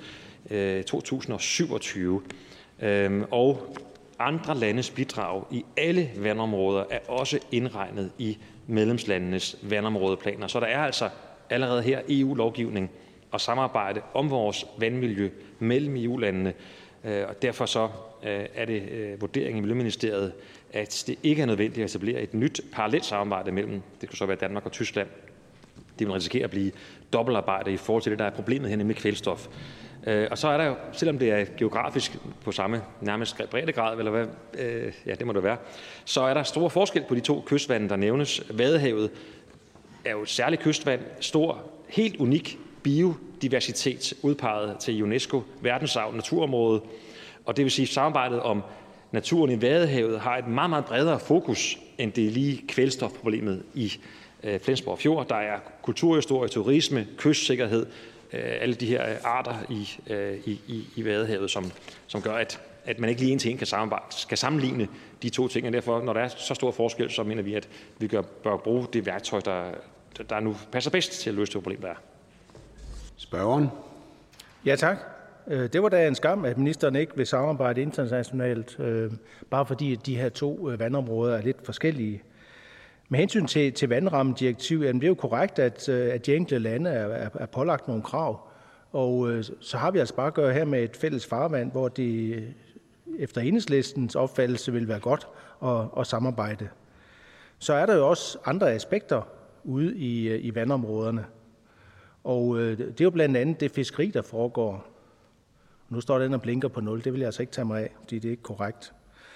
2027. Og andre landes bidrag i alle vandområder er også indregnet i medlemslandenes vandområdeplaner. Så der er altså allerede her EU-lovgivning og samarbejde om vores vandmiljø mellem EU-landene. Og derfor så er det vurderingen i Miljøministeriet, at det ikke er nødvendigt at etablere et nyt parallelt samarbejde mellem, det kunne så være Danmark og Tyskland. Det vil risikere at blive dobbeltarbejde i forhold til det, der er problemet her, nemlig kvælstof. Og så er der jo, selvom det er geografisk på samme nærmest breddegrad, eller hvad, ja, det må det være, så er der stor forskel på de to kystvande, der nævnes. Vadehavet er jo et særligt kystvand, stor, helt unik biodiversitet, udpeget til UNESCO, verdensarv, naturområde. Og det vil sige, at samarbejdet om naturen i Vadehavet har et meget, meget bredere fokus, end det lige kvælstofproblemet i Flensborg Fjord. Der er kulturhistorie, turisme, kystsikkerhed, alle de her arter i Vadehavet, som gør, at man ikke lige en til en kan sammenligne de to ting. Og derfor, når der er så stor forskel, så mener vi, at vi bør bruge det værktøj, der nu passer bedst til at løse det problem, der er. Spørgeren. Ja, tak. Det var da en skam, at ministeren ikke vil samarbejde internationalt, bare fordi de her to vandområder er lidt forskellige. Med hensyn til vandrammedirektivet, det er jo korrekt, at de enkelte lande er pålagt nogle krav, og så har vi altså bare at gøre her med et fælles farvand, hvor det efter Enhedslistens opfattelse vil være godt at samarbejde. Så er der jo også andre aspekter ude i vandområderne, og det er jo blandt andet det fiskeri, der foregår. Nu står den og blinker på 0, det vil jeg altså ikke tage mig af, fordi det er ikke korrekt.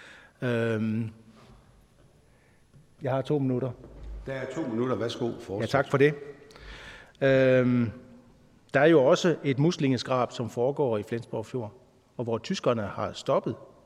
Jeg har 2 minutter. Der er 2 minutter. Værsgo. Ja, tak for det. Der er jo også et muslingeskrab, som foregår i Flensborg Fjord, og hvor tyskerne har stoppet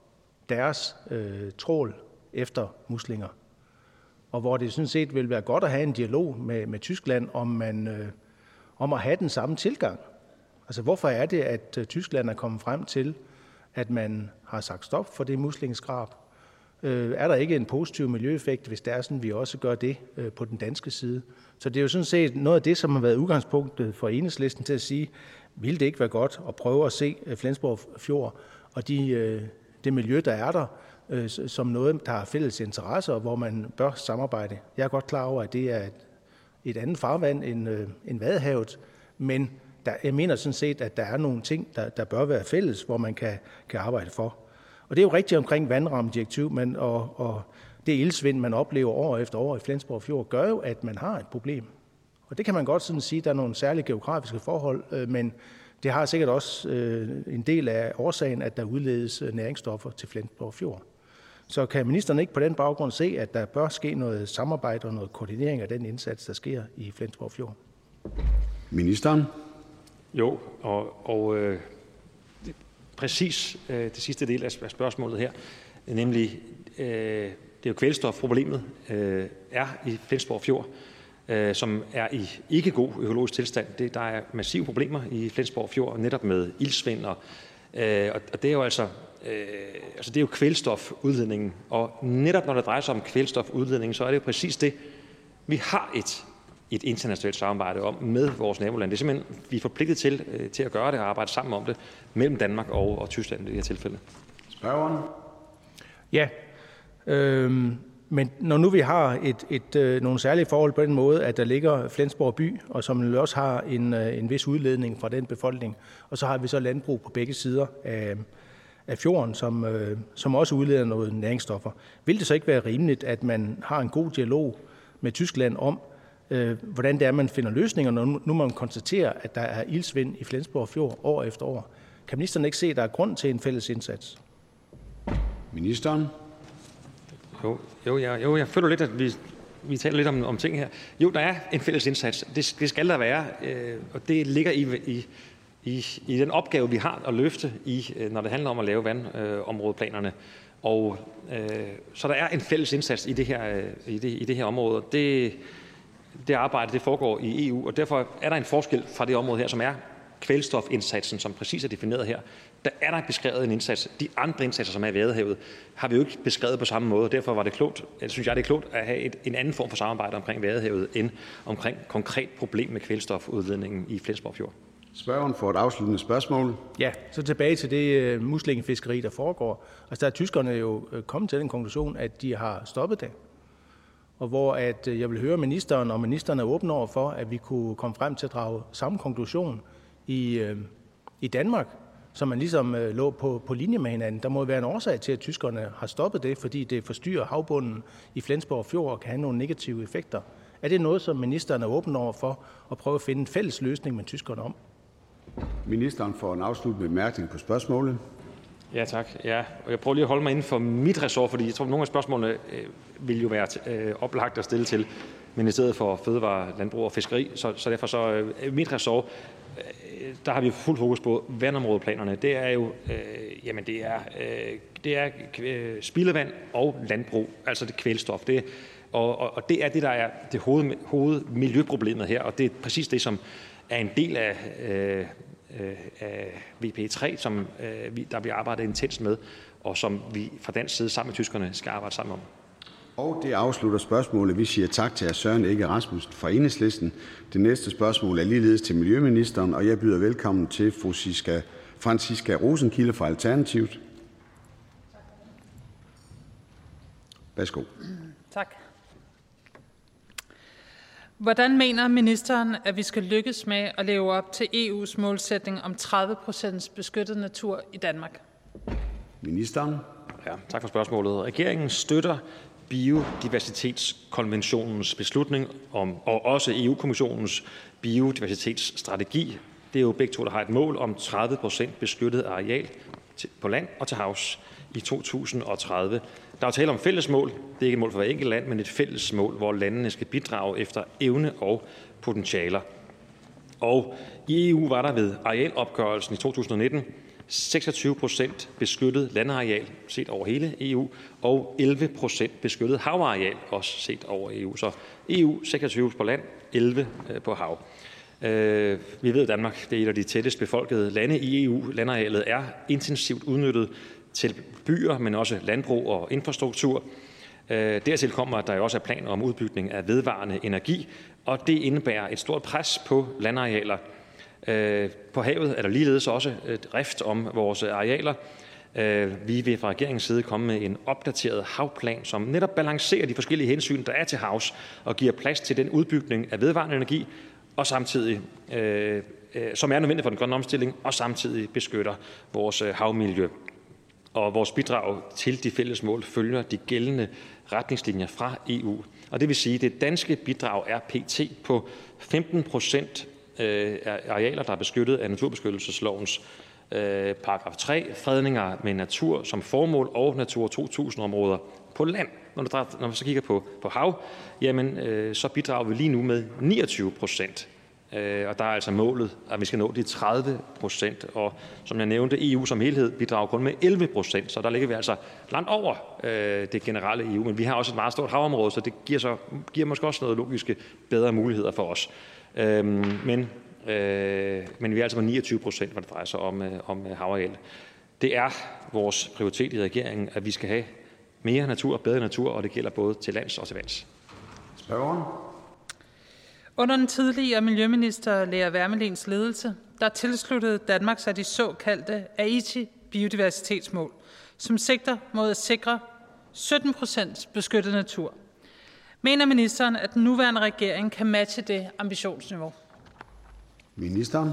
deres trål efter muslinger. Og hvor det sådan set vil være godt at have en dialog med Tyskland om at have den samme tilgang. Altså hvorfor er det, at Tyskland er kommet frem til, at man har sagt stop for det muslingeskrab? Er der ikke en positiv miljøeffekt, hvis det er sådan, vi også gør det på den danske side? Så det er jo sådan set noget af det, som har været udgangspunktet for Enhedslisten til at sige, ville det ikke være godt at prøve at se Flensborg Fjord og det miljø, der er der, som noget, der har fælles interesse, og hvor man bør samarbejde. Jeg er godt klar over, at det er et andet farvand end Vadehavet, men jeg mener sådan set, at der er nogle ting, der bør være fælles, hvor man kan arbejde for. Og det er jo rigtigt omkring vandrammedirektiv, men og det ildsvind, man oplever år efter år i Flensborg Fjord, gør jo, at man har et problem. Og det kan man godt sådan sige, at der er nogle særlige geografiske forhold, men det har sikkert også en del af årsagen, at der udledes næringsstoffer til Flensborg Fjord. Så kan ministeren ikke på den baggrund se, at der bør ske noget samarbejde og noget koordinering af den indsats, der sker i Flensborg Fjord? Ministeren? Jo, og præcis det sidste del af spørgsmålet her, nemlig det er jo kvælstofproblemet er i Flensborg Fjord, som er i ikke god økologisk tilstand. Der er massive problemer i Flensborg Fjord, netop med ildsvind, og det er jo altså det er jo kvælstofudledningen. Og netop når det drejer sig om kvælstofudledningen, så er det jo præcis det, vi har et internationalt samarbejde om med vores naboland. Det er simpelthen, vi er forpligtet til at gøre det og arbejde sammen om det mellem Danmark og Tyskland i det her tilfælde. Spørgeren? Ja, men når nu vi har nogle særlige forhold på den måde, at der ligger Flensborg by, og som også har en vis udledning fra den befolkning, og så har vi så landbrug på begge sider af fjorden, som også udleder noget næringsstoffer. Vil det så ikke være rimeligt, at man har en god dialog med Tyskland om, hvordan det er, man finder løsninger, når nu man konstaterer, at der er ildsvind i Flensborg Fjord år efter år? Kan ministeren ikke se, at der er grund til en fælles indsats? Ministeren? Jo, jeg føler lidt, at vi taler lidt om ting her. Jo, der er en fælles indsats. Det skal der være, og det ligger i den opgave, vi har at løfte, når det handler om at lave vandområdeplanerne. Og så der er en fælles indsats i det her område. Det arbejde, det foregår i EU, og derfor er der en forskel fra det område her, som er kvælstofindsatsen, som præcis er defineret her. Der er der beskrevet en indsats. De andre indsatser, som er i Vadehavet, har vi jo ikke beskrevet på samme måde. Derfor var det klogt, synes jeg, det er klogt at have en anden form for samarbejde omkring Vadehavet, end omkring konkret problem med kvælstofudledningen i Flensborg Fjord. Spørgeren får et afsluttende spørgsmål. Ja, så tilbage til det muslingefiskeri, der foregår. Altså der er tyskerne jo kommet til den konklusion, at de har stoppet det. Og hvor jeg vil høre ministeren, om ministeren er åben over for, at vi kunne komme frem til at drage samme konklusion i Danmark, så man ligesom lå på linje med hinanden. Der må være en årsag til, at tyskerne har stoppet det, fordi det forstyrrer havbunden i Flensborg Fjord og kan have nogle negative effekter. Er det noget, som ministeren er åben over for at prøve at finde en fælles løsning med tyskerne om? Ministeren får en afsluttende bemærkning på spørgsmålet. Ja, tak. Ja, og jeg prøver lige at holde mig inden for mit ressort, fordi jeg tror, at nogle af spørgsmålene vil jo være oplagt at stille til Ministeriet for Fødevare, Landbrug og Fiskeri. Så derfor så mit ressort, der har vi fuld fokus på vandområdeplanerne. Det er jo det er spildevand og landbrug, altså det kvælstof. Og det er det, der er det hovedmiljøproblemet her, og det er præcis det, som er en del af VP3, som der bliver arbejdet intenst med, og som vi fra dansk side sammen med tyskerne skal arbejde sammen om. Og det afslutter spørgsmålet. Vi siger tak til hr. Søren Egge Rasmussen fra Enhedslisten. Det næste spørgsmål er ligeledes til miljøministeren, og jeg byder velkommen til fru Franciska Rosenkilde fra Alternativet. Værsgo. Tak. Hvordan mener ministeren, at vi skal lykkes med at leve op til EU's målsætning om 30% beskyttet natur i Danmark? Ministeren. Ja, tak for spørgsmålet. Regeringen støtter biodiversitetskonventionens beslutning og også EU-kommissionens biodiversitetsstrategi. Det er jo begge to, der har et mål om 30% beskyttet areal på land og til havs i 2030. Der er tale om fælles mål. Det er ikke et mål for hver enkelt land, men et fælles mål, hvor landene skal bidrage efter evne og potentialer. Og i EU var der ved arealopgørelsen i 2019 26% beskyttet landareal set over hele EU, og 11% beskyttet havareal også set over EU. Så EU 26 på land, 11 på hav. Vi ved, at Danmark det er et af de tættest befolkede lande i EU. Landarealet er intensivt udnyttet til byer, men også landbrug og infrastruktur. Dertil kommer, at der også er planer om udbygning af vedvarende energi, og det indebærer et stort pres på landarealer. På havet er der ligeledes også drift om vores arealer. Vi vil fra regeringens side komme med en opdateret havplan, som netop balancerer de forskellige hensyn, der er til havs, og giver plads til den udbygning af vedvarende energi, og samtidig, som er nødvendigt for den grønne omstilling, og samtidig beskytter vores havmiljø. Og vores bidrag til de fælles mål følger de gældende retningslinjer fra EU. Og det vil sige, at det danske bidrag er pt. På 15% arealer, der er beskyttet af naturbeskyttelseslovens paragraf 3, fredninger med natur som formål og Natura 2000-områder på land. Når man så kigger på hav, jamen, så bidrager vi lige nu med 29%. Og der er altså målet, at vi skal nå de 30%. Og som jeg nævnte, EU som helhed bidrager kun med 11%, så der ligger vi altså langt over det generelle EU. Men vi har også et meget stort havområde, så det giver måske også noget logiske bedre muligheder for os. Men vi er altså på 29%, når det drejer sig om havareal. Det er vores prioritet i regeringen, at vi skal have mere natur, bedre natur, og det gælder både til lands og til vands. Spørgeren. Under den tidligere miljøminister Lea Wermelins ledelse, der tilsluttede Danmark sig de såkaldte Aichi-biodiversitetsmål, som sigter mod at sikre 17% beskyttet natur. Mener ministeren, at den nuværende regering kan matche det ambitionsniveau? Ministeren.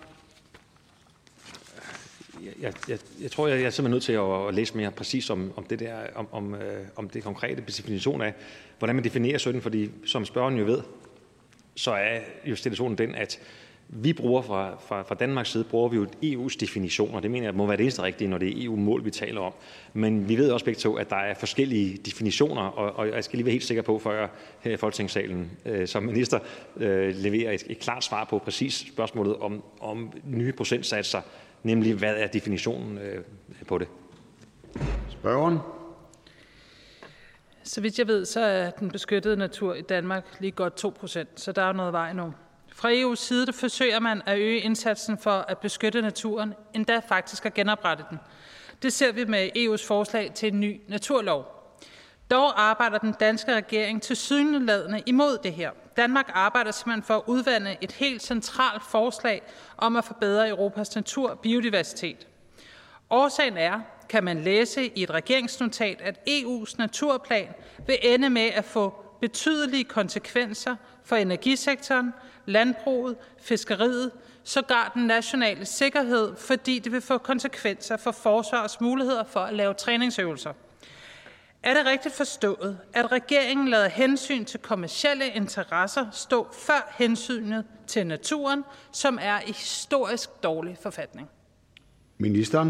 Jeg tror, jeg er simpelthen nødt til at læse mere præcis om det der, om det konkrete definition af, hvordan man definerer 17, fordi som spørgeren jo ved, så er jo situationen den, at vi bruger fra Danmarks side, bruger vi jo EU's definitioner. Det mener jeg må være det eneste rigtige, når det er EU-mål, vi taler om. Men vi ved også begge to, at der er forskellige definitioner, og jeg skal lige være helt sikker på, før jeg her i Folketingssalen som minister leverer et klart svar på præcis spørgsmålet om nye procentsatser, nemlig hvad er definitionen på det. Spørgeren. Så vidt jeg ved, så er den beskyttede natur i Danmark lige godt 2%, så der er noget vej nu. Fra EU's side der forsøger man at øge indsatsen for at beskytte naturen, endda faktisk at genoprette den. Det ser vi med EU's forslag til en ny naturlov. Dog arbejder den danske regering tilsyneladende imod det her. Danmark arbejder simpelthen for at udvande et helt centralt forslag om at forbedre Europas natur og biodiversitet. Årsagen er, kan man læse i et regeringsnotat, at EU's naturplan vil ende med at få betydelige konsekvenser for energisektoren, landbruget, fiskeriet, sågar den nationale sikkerhed, fordi det vil få konsekvenser for forsvarets muligheder for at lave træningsøvelser. Er det rigtigt forstået, at regeringen lader hensyn til kommercielle interesser stå før hensynet til naturen, som er i historisk dårlig forfatning? Ministeren.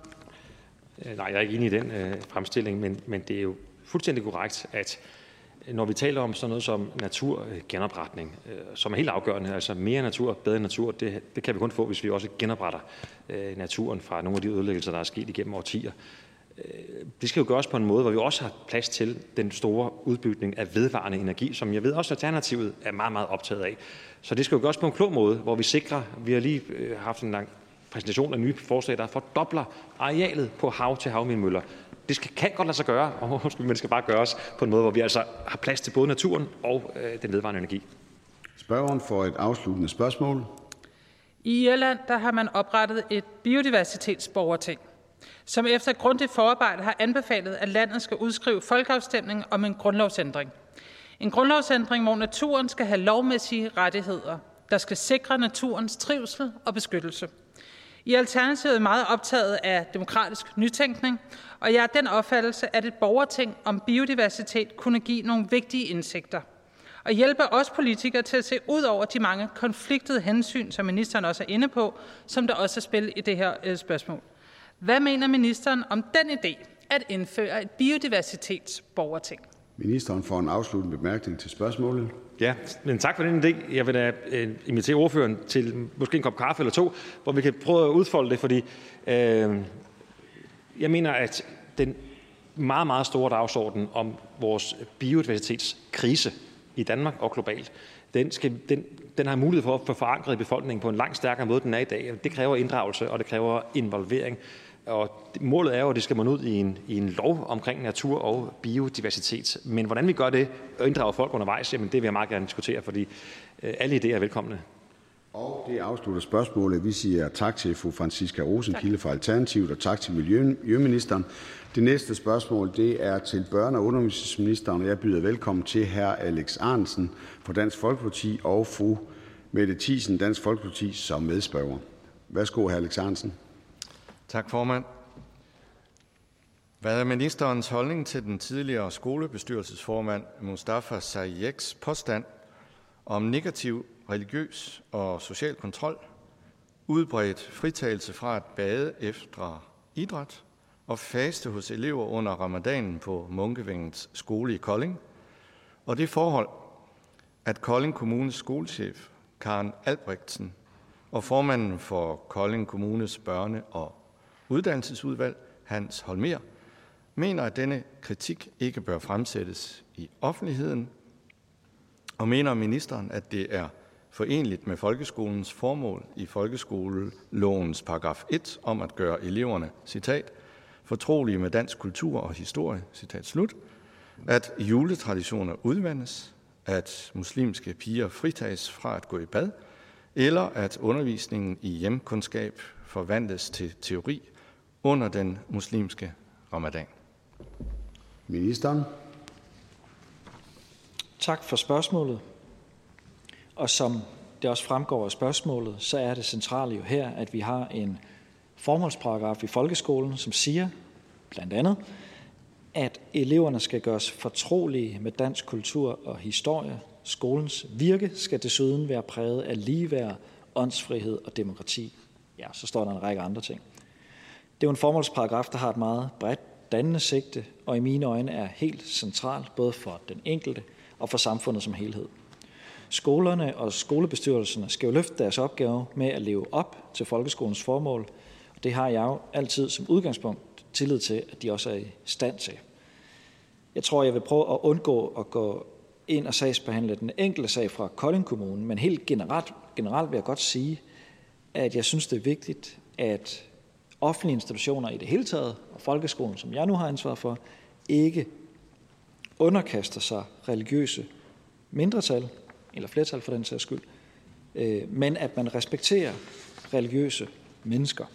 Nej, jeg er ikke enig i den fremstilling, men det er jo fuldstændig korrekt, at når vi taler om sådan noget som naturgenopretning, som er helt afgørende, altså mere natur, bedre natur, det kan vi kun få, hvis vi også genopretter naturen fra nogle af de ødelæggelser, der er sket igennem årtier. Det skal jo gøres på en måde, hvor vi også har plads til den store udbygning af vedvarende energi, som jeg ved også Alternativet er meget, meget optaget af. Så det skal jo gøres på en klog måde, hvor vi sikrer, vi har lige haft en lang præsentation af nye forslag, der fordobler arealet på hav til havvindmøller. Det kan godt lade sig gøre, men det skal bare gøres på en måde, hvor vi altså har plads til både naturen og den vedvarende energi. Spørgeren får et afsluttende spørgsmål. I Irland der har man oprettet et biodiversitetsborgerting, som efter et grundigt forarbejde har anbefalet, at landet skal udskrive folkeafstemning om en grundlovsændring. En grundlovsændring, hvor naturen skal have lovmæssige rettigheder, der skal sikre naturens trivsel og beskyttelse. I Alternativet er meget optaget af demokratisk nytænkning, og jeg er den opfattelse, at et borgerting om biodiversitet kunne give nogle vigtige indsigter og hjælpe os politikere til at se ud over de mange konfliktede hensyn, som ministeren også er inde på, som der også er spil i det her spørgsmål. Hvad mener ministeren om den idé at indføre et biodiversitetsborgerting? Ministeren får en afsluttende bemærkning til spørgsmålet. Ja, men tak for den idé. Jeg vil da invitere ordføreren til måske en kop kaffe eller to, hvor vi kan prøve at udfolde det, fordi jeg mener, at den meget, meget store dagsorden om vores biodiversitetskrise i Danmark og globalt, den har mulighed for at få forankret i befolkningen på en langt stærkere måde, den er i dag. Det kræver inddragelse, og det kræver involvering. Og målet er jo, at det skal man ud i en lov omkring natur og biodiversitet. Men hvordan vi gør det og inddrager folk undervejs, jamen det vil jeg meget gerne diskutere, fordi alle idéer er velkomne. Og det afslutter spørgsmålet. Vi siger tak til fru Franciska Rosenkilde fra Alternativet, og tak til miljøministeren. Det næste spørgsmål, det er til børne- og undervisningsministeren, og jeg byder velkommen til hr. Alex Ahrendtsen fra Dansk Folkeparti og fru Mette Thiesen, Dansk Folkeparti, som medspørger. Værsgo, hr. Alex Ahrendtsen. Tak, formand. Hvad er ministerens holdning til den tidligere skolebestyrelsesformand Mustafa Sayeks påstand om negativ religiøs og social kontrol, udbredt fritagelse fra at bade efter idræt og faste hos elever under ramadanen på Munkevængets skole i Kolding, og det forhold, at Kolding Kommunes skolechef Karen Albrechtsen og formanden for Kolding Kommunes børne- og uddannelsesudvalg Hans Holmer mener, at denne kritik ikke bør fremsættes i offentligheden, og mener ministeren, at det er forenligt med folkeskolens formål i folkeskolelovens paragraf 1 om at gøre eleverne, citat, fortrolige med dansk kultur og historie, citat slut, at juletraditioner udvandes, at muslimske piger fritages fra at gå i bad, eller at undervisningen i hjemkundskab forvandles til teori under den muslimske ramadan. Ministeren. Tak for spørgsmålet. Og som det også fremgår af spørgsmålet, så er det centrale jo her, at vi har en formålsparagraf i folkeskolen, som siger blandt andet, at eleverne skal gøres fortrolige med dansk kultur og historie. Skolens virke skal desuden være præget af ligeværd, åndsfrihed og demokrati. Ja, så står der en række andre ting. Det er jo en formålsparagraf, der har et meget bredt dannende sigte, og i mine øjne er helt centralt både for den enkelte og for samfundet som helhed. Skolerne og skolebestyrelserne skal jo løfte deres opgave med at leve op til folkeskolens formål, og det har jeg jo altid som udgangspunkt tillid til, at de også er i stand til. Jeg tror, jeg vil prøve at undgå at gå ind og sagsbehandle den enkelte sag fra Kolding Kommune, men helt generelt vil jeg godt sige, at jeg synes, det er vigtigt, at offentlige institutioner i det hele taget, og folkeskolen, som jeg nu har ansvar for, ikke underkaster sig religiøse mindretal, eller flertal for den sags skyld, men at man respekterer religiøse mennesker.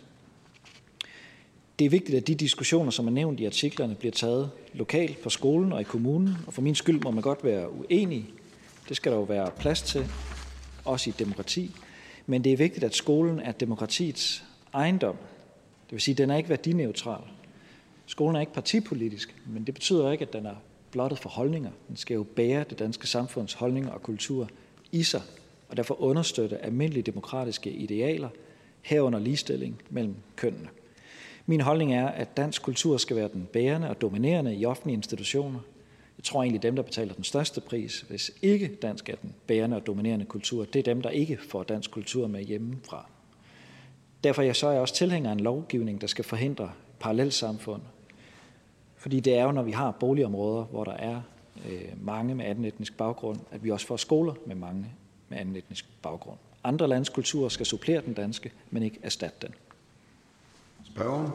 Det er vigtigt, at de diskussioner, som er nævnt i artiklerne, bliver taget lokalt på skolen og i kommunen, og for min skyld må man godt være uenig. Det skal der jo være plads til, også i demokrati. Men det er vigtigt, at skolen er demokratiets ejendom. Det vil sige, at den er ikke værdineutral. Skolen er ikke partipolitisk, men det betyder ikke, at den er blottet for holdninger. Den skal jo bære det danske samfunds holdninger og kultur i sig, og derfor understøtte almindelige demokratiske idealer, herunder ligestilling mellem kønnene. Min holdning er, at dansk kultur skal være den bærende og dominerende i offentlige institutioner. Jeg tror egentlig, dem, der betaler den største pris, hvis ikke dansk er den bærende og dominerende kultur, det er dem, der ikke får dansk kultur med hjemmefra. Derfor er jeg også tilhænger af en lovgivning, der skal forhindre parallelsamfund. Fordi det er jo, når vi har boligområder, hvor der er mange med anden etnisk baggrund, at vi også får skoler med mange med anden etnisk baggrund. Andre landes kulturer skal supplere den danske, men ikke erstatte den. Spørgeren.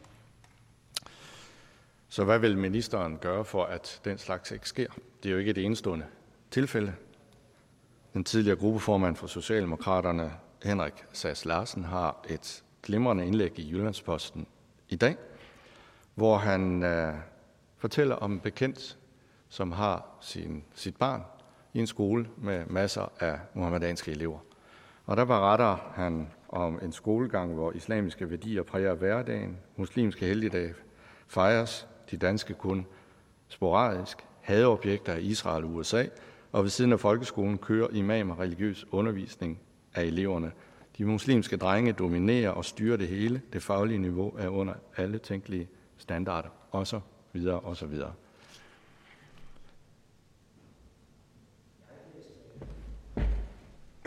Så hvad vil ministeren gøre for, at den slags ikke sker? Det er jo ikke et enestående tilfælde. Den tidligere gruppeformand for Socialdemokraterne, Henrik Sass Larsen, har et glimrende indlæg i Jyllandsposten i dag, hvor han fortæller om en bekendt, som har sit barn i en skole med masser af muhammedanske elever. Og der beretter han om en skolegang, hvor islamiske værdier præger hverdagen, muslimske helligdage fejres, de danske kun sporadisk, hadeobjekter af Israel og USA, og ved siden af folkeskolen kører imamer religiøs undervisning af eleverne. De muslimske drenge dominerer og styrer det hele. Det faglige niveau er under alle tænkelige standarder, og så videre, og så videre.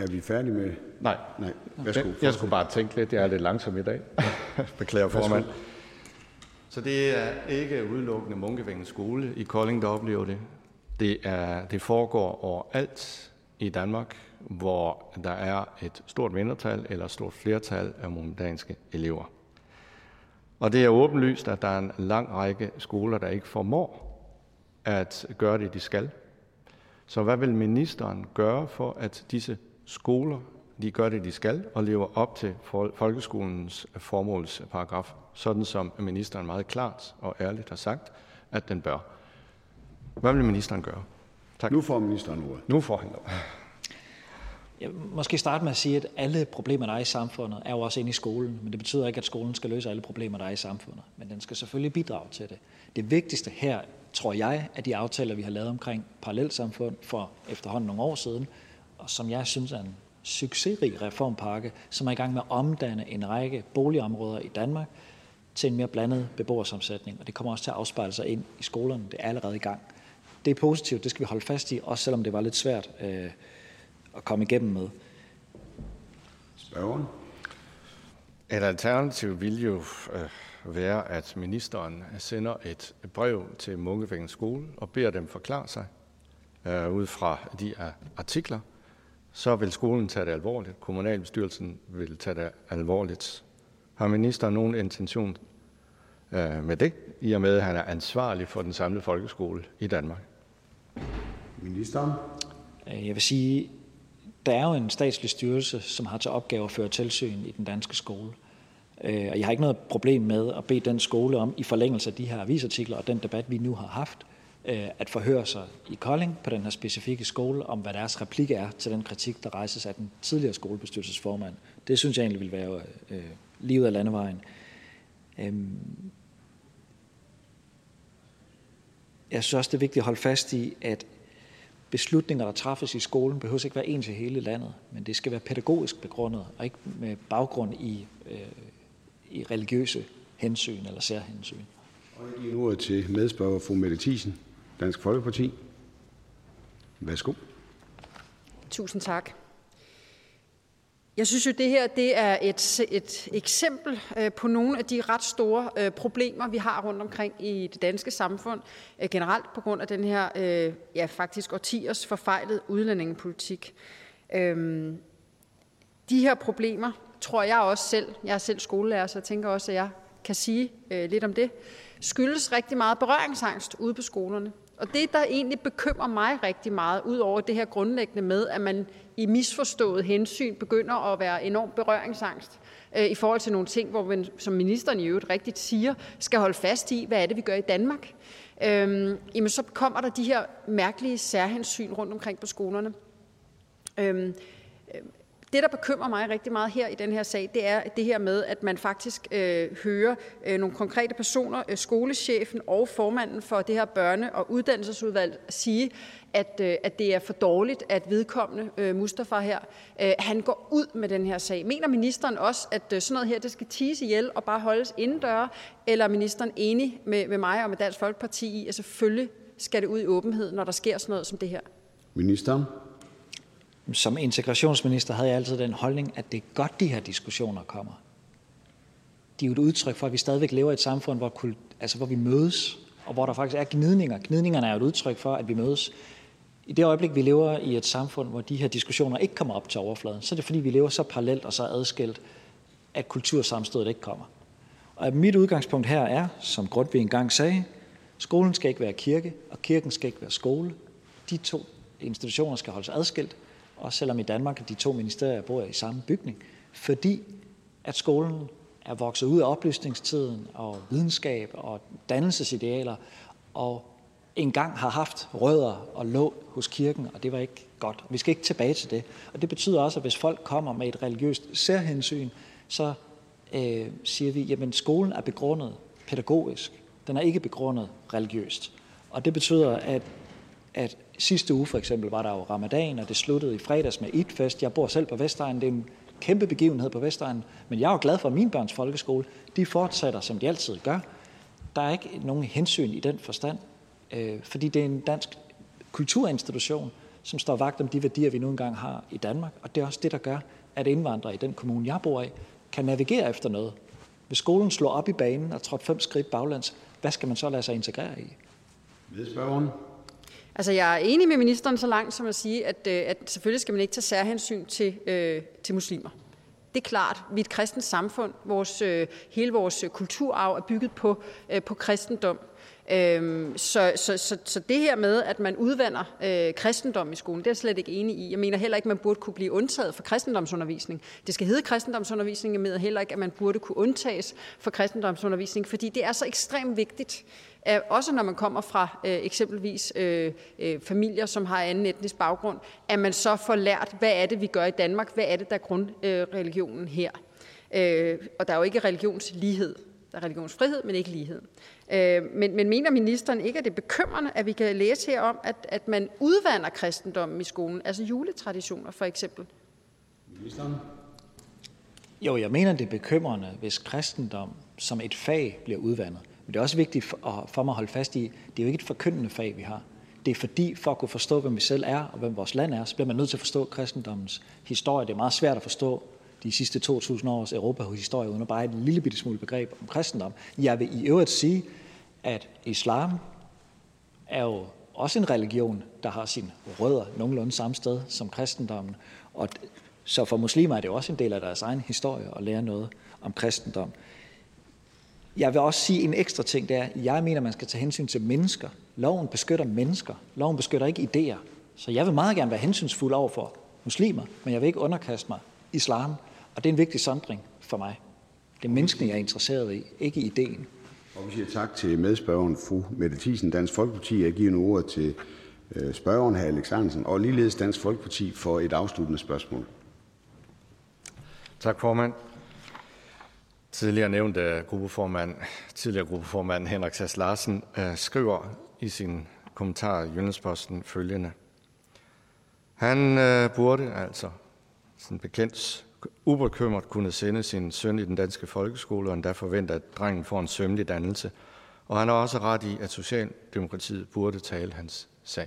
Er vi færdige med? Nej. Værsgo. Jeg skulle bare tænke lidt. Jeg er lidt langsom i dag. Beklager, formand. Så det er ikke udelukkende Munkevængets Skole i Kolding, der oplever det. Det foregår overalt i Danmark, hvor der er et stort mindretal eller et stort flertal af muhammedanske elever. Og det er åbenlyst, at der er en lang række skoler, der ikke formår at gøre det, de skal. Så hvad vil ministeren gøre for, at disse skoler de gør det, de skal, og lever op til folkeskolens formålsparagraf, sådan som ministeren meget klart og ærligt har sagt, at den bør? Hvad vil ministeren gøre? Tak. Nu får ministeren ordet. Nu får han lov. Jeg vil måske starte med at sige, at alle problemer, der er i samfundet, er jo også inde i skolen. Men det betyder ikke, at skolen skal løse alle problemer, der er i samfundet. Men den skal selvfølgelig bidrage til det. Det vigtigste her, tror jeg, er de aftaler, vi har lavet omkring parallelsamfund for efterhånden nogle år siden, og som jeg synes er en succesrig reformpakke, som er i gang med at omdanne en række boligområder i Danmark til en mere blandet beboersammensætning. Og det kommer også til at afspejle sig ind i skolerne. Det er allerede i gang. Det er positivt, det skal vi holde fast i, også selvom det var lidt svært at komme igennem med. Spørgeren? Et alternativ vil jo være, at ministeren sender et brev til Munkevængets Skole og beder dem forklare sig ud fra de artikler. Så vil skolen tage det alvorligt. Kommunalbestyrelsen vil tage det alvorligt. Har ministeren nogen intention med det, i og med at han er ansvarlig for den samlede folkeskole i Danmark? Ministeren? Jeg vil sige, der er jo en statslig styrelse, som har til opgave at føre tilsyn i den danske skole. Og jeg har ikke noget problem med at bede den skole om, i forlængelse af de her avisartikler og den debat, vi nu har haft, at forhøre sig i Kolding på den her specifikke skole, om hvad deres replik er til den kritik, der rejses af den tidligere skolebestyrelsesformand. Det synes jeg egentlig vil være livet af landevejen. Jeg synes også, det er vigtigt at holde fast i, at beslutninger, der træffes i skolen, behøver ikke være ens i hele landet, men det skal være pædagogisk begrundet, og ikke med baggrund i religiøse hensyn eller særhensyn. Og jeg giver ordet til medspørger fru Mette Thiesen, Dansk Folkeparti. Værsgo. Tusind tak. Jeg synes jo, det her det er et eksempel på nogle af de ret store problemer, vi har rundt omkring i det danske samfund, generelt på grund af den her faktisk årtiers forfejlede udlændingepolitik. De her problemer, tror jeg også selv, jeg er selv skolelærer, så jeg tænker også, at jeg kan sige lidt om det, skyldes rigtig meget berøringsangst ude på skolerne. Og det, der egentlig bekymrer mig rigtig meget, ud over det her grundlæggende med, at man i misforstået hensyn begynder at være enormt berøringsangst i forhold til nogle ting, hvor man, som ministeren i øvrigt rigtigt siger, skal holde fast i, hvad er det, vi gør i Danmark. Jamen så kommer der de her mærkelige særhensyn rundt omkring på skolerne. Det, der bekymrer mig rigtig meget her i den her sag, det er det her med, at man faktisk hører nogle konkrete personer, skolechefen og formanden for det her børne- og uddannelsesudvalg, sige, at det er for dårligt, at vedkommende, Mustafa her, han går ud med den her sag. Mener ministeren også, at sådan noget her, det skal ties ihjel og bare holdes indendøre, eller er ministeren enig med mig og med Dansk Folkeparti i, at selvfølgelig skal det ud i åbenhed, når der sker sådan noget som det her? Ministeren? Som integrationsminister havde jeg altid den holdning, at det er godt, de her diskussioner kommer. De er jo et udtryk for, at vi stadigvæk lever i et samfund, hvor vi mødes, og hvor der faktisk er gnidninger. Gnidningerne er jo et udtryk for, at vi mødes. I det øjeblik, vi lever i et samfund, hvor de her diskussioner ikke kommer op til overfladen, så er det fordi, vi lever så parallelt og så adskilt, at kultursammenstødet ikke kommer. Og mit udgangspunkt her er, som Grundtvig engang sagde, skolen skal ikke være kirke, og kirken skal ikke være skole. De to institutioner skal holdes adskilt, også selvom i Danmark de to ministerier bor i samme bygning, fordi at skolen er vokset ud af oplysningstiden og videnskab og dannelsesidealer, og engang har haft rødder og lå hos kirken, og det var ikke godt. Vi skal ikke tilbage til det. Og det betyder også, at hvis folk kommer med et religiøst særhensyn, så siger vi, jamen skolen er begrundet pædagogisk. Den er ikke begrundet religiøst. Og det betyder, at sidste uge for eksempel var der jo ramadan, og det sluttede i fredags med Eid-fest. Jeg bor selv på Vestegnen. Det er en kæmpe begivenhed på Vestegnen. Men jeg er jo glad for, at mine børns folkeskole, de fortsætter, som de altid gør. Der er ikke nogen hensyn i den forstand, fordi det er en dansk kulturinstitution, som står vagt om de værdier, vi nu engang har i Danmark. Og det er også det, der gør, at indvandrere i den kommune, jeg bor i, kan navigere efter noget. Hvis skolen slår op i banen og trådte 5 skridt baglæns, hvad skal man så lade sig integrere i? Medspørgeren. Altså, jeg er enig med ministeren så langt som at sige, at selvfølgelig skal man ikke tage særhensyn til muslimer. Det er klart, vi er et kristent samfund. Hele vores kulturarv er bygget på kristendom. Så det her med, at man udvander kristendom i skolen, det er jeg slet ikke enig i. Jeg mener heller ikke, at man burde kunne blive undtaget for kristendomsundervisning. Det skal hedde kristendomsundervisning, jeg mener heller ikke, at man burde kunne undtages for kristendomsundervisning, fordi det er så ekstremt vigtigt, også når man kommer fra eksempelvis familier, som har anden etnisk baggrund, at man så får lært, hvad er det, vi gør i Danmark, hvad er det, der er grundreligionen her. Og der er jo ikke religionslighed. Der er religionsfrihed, men ikke lighed. Men mener ministeren ikke, at det er bekymrende, at vi kan læse her om, at man udvander kristendommen i skolen, altså juletraditioner for eksempel? Ministeren? Jo, jeg mener, det er bekymrende, hvis kristendom som et fag bliver udvandet. Men det er også vigtigt for mig at holde fast i, det er jo ikke et forkyndende fag, vi har. Det er fordi, for at kunne forstå, hvem vi selv er og hvem vores land er, så bliver man nødt til at forstå kristendommens historie. Det er meget svært at forstå de sidste 2.000 års Europahistorie uden at bare et lille bitte smule begreb om kristendom. Jeg vil i øvrigt sige, at islam er jo også en religion, der har sine rødder nogenlunde samme sted som kristendommen. Og så for muslimer er det også en del af deres egen historie at lære noget om kristendom. Jeg vil også sige en ekstra ting, det er, at jeg mener, at man skal tage hensyn til mennesker. Loven beskytter mennesker. Loven beskytter ikke idéer. Så jeg vil meget gerne være hensynsfuld over for muslimer, men jeg vil ikke underkaste mig islam. Og det er en vigtig sondring for mig. Det er menneskene, jeg er interesseret i, ikke ideen. Og vi siger tak til medspørgeren, fru Mette Thiesen, Dansk Folkeparti. Jeg giver nu ordet til spørgeren, hr. Alex Ahrendtsen, og ligeledes Dansk Folkeparti for et afsluttende spørgsmål. Tak, formand. Tidligere gruppeformand Henrik Sass Larsen skriver i sin kommentar i Jyllands-Posten følgende. Han burde altså sådan bekendt ubekymret kunne sende sin søn i den danske folkeskole, og endda forvente, at drengen får en sømmelig dannelse. Og han har også ret i, at Socialdemokratiet burde tale hans sag.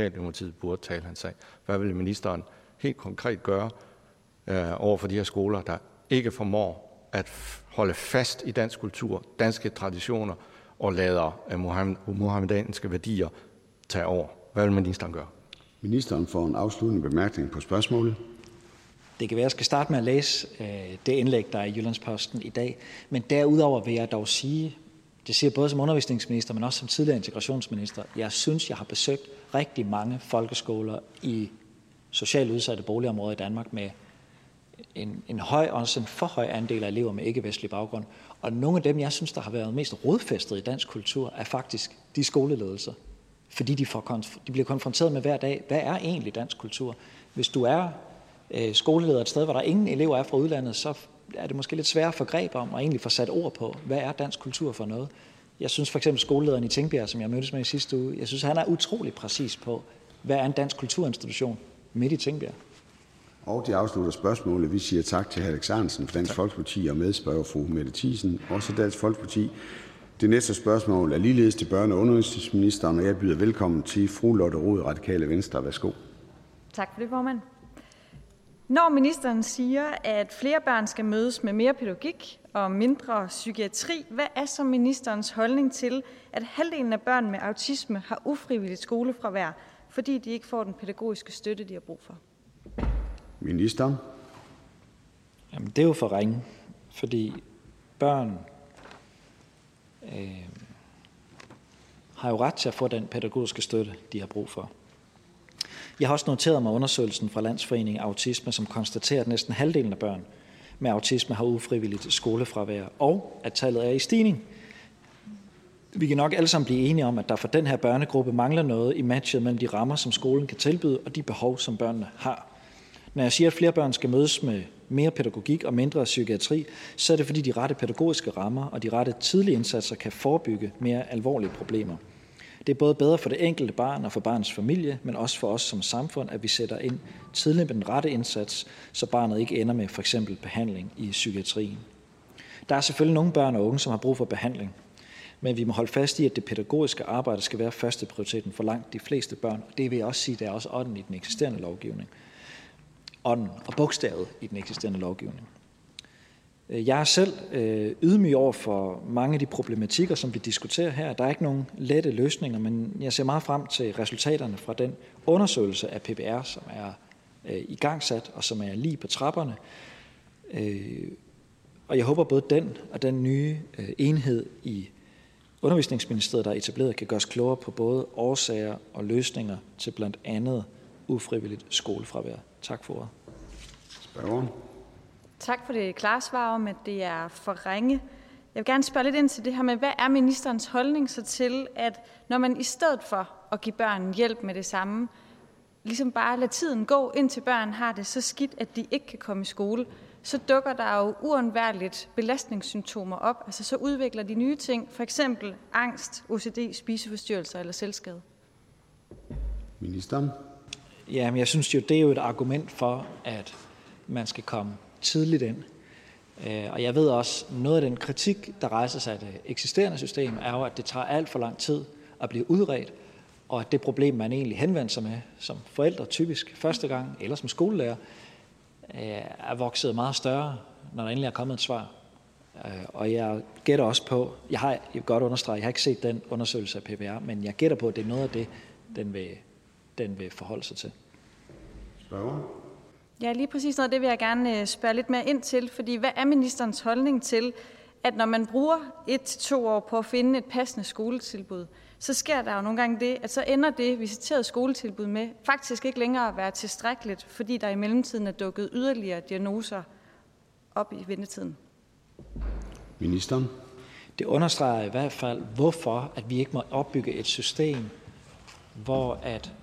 Hvad vil ministeren helt konkret gøre over for de her skoler, der ikke formår at holde fast i dansk kultur, danske traditioner og lader muhammedanske værdier tage over? Hvad vil ministeren gøre? Ministeren får en afsluttende bemærkning på spørgsmålet. Det kan være, at jeg skal starte med at læse det indlæg, der er i Jyllands-Posten i dag. Men derudover vil jeg dog sige, det siger jeg både som undervisningsminister, men også som tidligere integrationsminister, jeg synes, jeg har besøgt rigtig mange folkeskoler i socialt udsatte boligområder i Danmark med en høj, også en for høj andel af elever med ikke-vestlig baggrund. Og nogle af dem, jeg synes, der har været mest rodfæstet i dansk kultur, er faktisk de skoleledelser. Fordi de bliver konfronteret med hver dag, hvad er egentlig dansk kultur? Hvis du er skoleleder et sted, hvor der ingen elever er fra udlandet, så er det måske lidt svært at få greb om og egentlig få sat ord på, hvad er dansk kultur for noget. Jeg synes for eksempel skolelederen i Tingbjerg, som jeg mødtes med i sidste uge, jeg synes, han er utrolig præcis på, hvad er en dansk kulturinstitution midt i Tingbjerg. Og det afslutter spørgsmålet. Vi siger tak til Alex Ahrendtsen fra Dansk Folkeparti og medspørger fru Mette Thiesen, også Dansk Folkeparti. Det næste spørgsmål er ligeledes til børne- og undervisningsministeren, og jeg byder velkommen til fru Lotte Rod, Radikale Venstre. Værsgo. Tak for det, formand. Når ministeren siger, at flere børn skal mødes med mere pædagogik og mindre psykiatri, hvad er så ministerens holdning til, at halvdelen af børn med autisme har ufrivilligt skolefravær, fordi de ikke får den pædagogiske støtte, de har brug for? Ministeren. Jamen, det er jo for ringe, fordi børn har jo ret til at få den pædagogiske støtte, de har brug for. Jeg har også noteret mig undersøgelsen fra Landsforeningen Autisme, som konstaterer, at næsten halvdelen af børn med autisme har ufrivilligt skolefravær, og at tallet er i stigning. Vi kan nok alle sammen blive enige om, at der for den her børnegruppe mangler noget i matchet mellem de rammer, som skolen kan tilbyde, og de behov, som børnene har. Når jeg siger, at flere børn skal mødes med mere pædagogik og mindre psykiatri, så er det fordi de rette pædagogiske rammer og de rette tidlige indsatser kan forebygge mere alvorlige problemer. Det er både bedre for det enkelte barn og for barnets familie, men også for os som samfund, at vi sætter ind tidligt med den rette indsats, så barnet ikke ender med for eksempel behandling i psykiatrien. Der er selvfølgelig nogle børn og unge, som har brug for behandling, Men vi må holde fast i, at det pædagogiske arbejde skal være første prioriteten for langt de fleste børn. Og det vil jeg også sige, der er også ånden i den eksisterende lovgivning. Ånden og bogstavet i den eksisterende lovgivning. Jeg er selv ydmyg over for mange af de problematikker, som vi diskuterer her. Der er ikke nogen lette løsninger, men jeg ser meget frem til resultaterne fra den undersøgelse af PPR, som er igangsat og som er lige på trapperne. Og jeg håber både den og den nye enhed i Undervisningsministeriet, der er etableret, kan gøres klogere på både årsager og løsninger til blandt andet ufrivilligt skolefravær. Tak for ordet. Spørgeren. Tak for det klare svar om, at det er for ringe. Jeg vil gerne spørge lidt ind til det her med, hvad er ministerens holdning så til, at når man i stedet for at give børn hjælp med det samme, ligesom bare lader tiden gå, indtil børn har det så skidt, at de ikke kan komme i skole, så dukker der jo uundværligt belastningssymptomer op. Altså så udvikler de nye ting, for eksempel angst, OCD, spiseforstyrrelser eller selvskade. Ministeren. Jamen, jeg synes jo, det er jo et argument for, at man skal komme tidligt ind. Og jeg ved også, noget af den kritik, der rejser sig af det eksisterende system, er jo, at det tager alt for lang tid at blive udredt, og at det problem, man egentlig henvender sig med som forældre typisk første gang, eller som skolelærer, er vokset meget større, når der endelig er kommet et svar. Og jeg gætter også på, jeg vil godt understrege, jeg har ikke set den undersøgelse af PPR, men jeg gætter på, at det er noget af det, den vil forholde sig til. Spørger? Ja, lige præcis noget af det vil jeg gerne spørge lidt mere ind til, fordi hvad er ministerens holdning til, at når man bruger 1 til 2 år på at finde et passende skoletilbud, så sker der jo nogle gange det, at så ender det visiterede skoletilbud med faktisk ikke længere at være tilstrækkeligt, fordi der i mellemtiden er dukket yderligere diagnoser op i ventetiden. Ministeren. Det understreger i hvert fald, hvorfor at vi ikke må opbygge et system, hvor at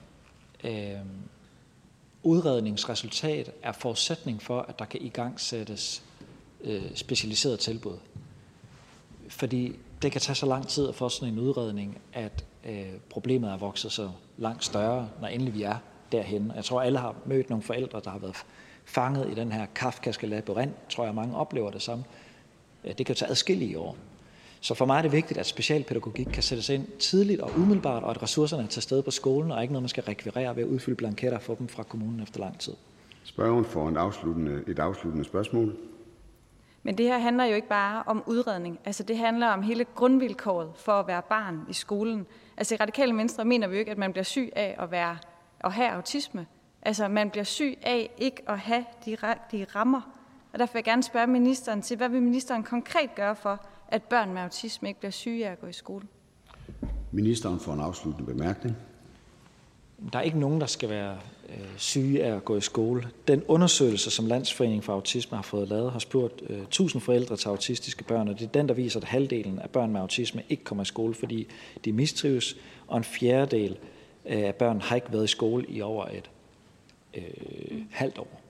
udredningsresultat er forudsætning for, at der kan igangsættes specialiseret tilbud. Fordi det kan tage så lang tid at få sådan en udredning, at problemet er vokset så langt større, når endelig vi er derhen. Jeg tror, alle har mødt nogle forældre, der har været fanget i den her kafkaske labyrint. Tror jeg, mange oplever det samme. Det kan jo tage adskillige år. Så for mig er det vigtigt, at specialpædagogik kan sættes ind tidligt og umiddelbart, og at ressourcerne er til stede på skolen, og ikke noget, man skal rekvirere ved at udfylde blanketter og få dem fra kommunen efter lang tid. Spørgeren får et afsluttende spørgsmål. Men det her handler jo ikke bare om udredning. Altså det handler om hele grundvilkåret for at være barn i skolen. Altså i Radikale Venstre mener vi jo ikke, at man bliver syg af at have autisme. Altså man bliver syg af ikke at have de rammer. Og derfor vil jeg gerne spørge ministeren til, hvad vil ministeren konkret gøre for, at børn med autisme ikke bliver syge af at gå i skole? Ministeren får en afsluttende bemærkning. Der er ikke nogen, der skal være syge af at gå i skole. Den undersøgelse, som Landsforeningen for Autisme har fået lavet, har spurgt 1000 forældre til autistiske børn, og det er den, der viser, at halvdelen af børn med autisme ikke kommer i skole, fordi de mistrives, og en fjerdedel af børn har ikke været i skole i over et halvt år.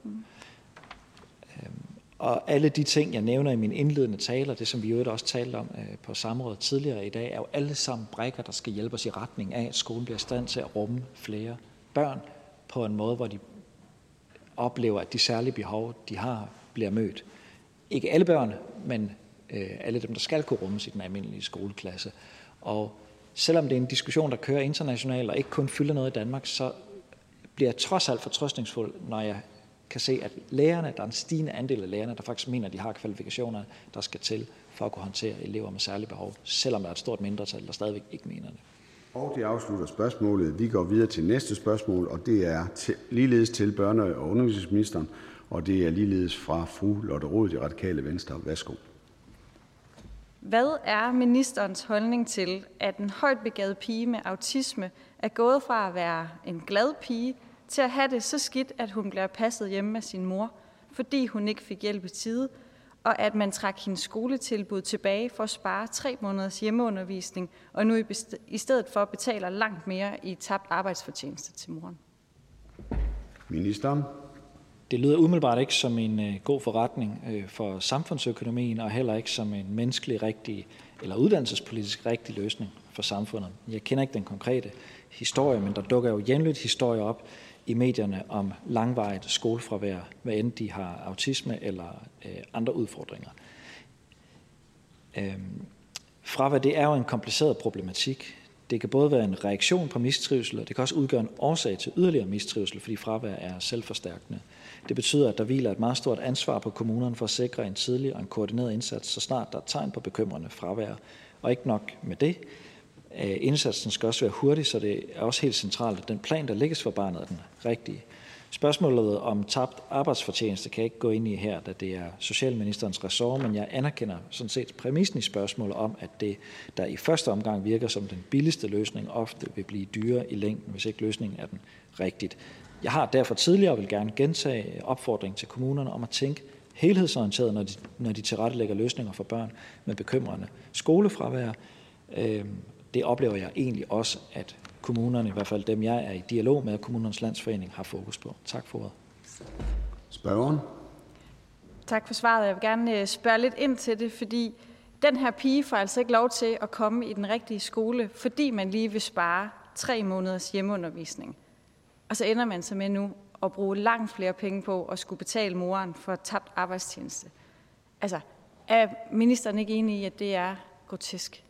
Og alle de ting, jeg nævner i mine indledende taler, det som vi jo også talte om på samrådet tidligere i dag, er jo alle sammen brikker, der skal hjælpe os i retning af, at skolen bliver i stand til at rumme flere børn på en måde, hvor de oplever, at de særlige behov, de har, bliver mødt. Ikke alle børn, men alle dem, der skal kunne rummes i den almindelige skoleklasse. Og selvom det er en diskussion, der kører internationalt og ikke kun fylder noget i Danmark, så bliver jeg trods alt fortrøstningsfuld, når jeg kan se, at lærerne, der er en stigende andel af lærerne, der faktisk mener, at de har kvalifikationer, der skal til for at kunne håndtere elever med særlige behov, selvom der er et stort mindretal, der stadigvæk ikke mener det. Og det afslutter spørgsmålet. Vi går videre til næste spørgsmål, og det er ligeledes til børne- og undervisningsministeren, og det er ligeledes fra fru Lotte Rod, Det Radikale Venstre. Værsgo. Hvad er ministerens holdning til, at en højt begavet pige med autisme er gået fra at være en glad pige til at have det så skidt, at hun bliver passet hjemme af sin mor, fordi hun ikke fik hjælp i tide, og at man trak hendes skoletilbud tilbage for at spare 3 måneders hjemmeundervisning, og nu i stedet for betaler langt mere i tabt arbejdsfortjeneste til moren? Ministeren. Det lyder umiddelbart ikke som en god forretning for samfundsøkonomien, og heller ikke som en menneskelig rigtig eller uddannelsespolitisk rigtig løsning for samfundet. Jeg kender ikke den konkrete historie, men der dukker jo jævnligt historier op i medierne om langvarigt skolefravær, hvad end de har autisme eller andre udfordringer. Fravær, det er jo en kompliceret problematik. Det kan både være en reaktion på mistrivsel, og det kan også udgøre en årsag til yderligere mistrivsel, fordi fravær er selvforstærkende. Det betyder, at der hviler et meget stort ansvar på kommunerne for at sikre en tidlig og en koordineret indsats, så snart der er tegn på bekymrende fravær. Og ikke nok med det. Indsatsen skal også være hurtig, så det er også helt centralt, at den plan, der lægges for barnet, er den rigtige. Spørgsmålet om tabt arbejdsfortjeneste kan jeg ikke gå ind i her, da det er socialministerens ressort, men jeg anerkender sådan set præmissen i spørgsmålet om, at det, der i første omgang virker som den billigste løsning, ofte vil blive dyrere i længden, hvis ikke løsningen er den rigtigt. Jeg har derfor tidligere og vil gerne gentage opfordringen til kommunerne om at tænke helhedsorienteret, når de tilrettelægger løsninger for børn med bekymrende skolefravær. Det oplever jeg egentlig også, at kommunerne, i hvert fald dem, jeg er i dialog med, Kommunernes Landsforening, har fokus på. Tak for ordet. Spørgeren. Tak for svaret. Jeg vil gerne spørge lidt ind til det, fordi den her pige får altså ikke lov til at komme i den rigtige skole, fordi man lige vil spare 3 måneders hjemmeundervisning. Og så ender man så med nu at bruge langt flere penge på at skulle betale moren for tabt arbejdstjeneste. Altså, er ministeren ikke enig i, at det er grotesk?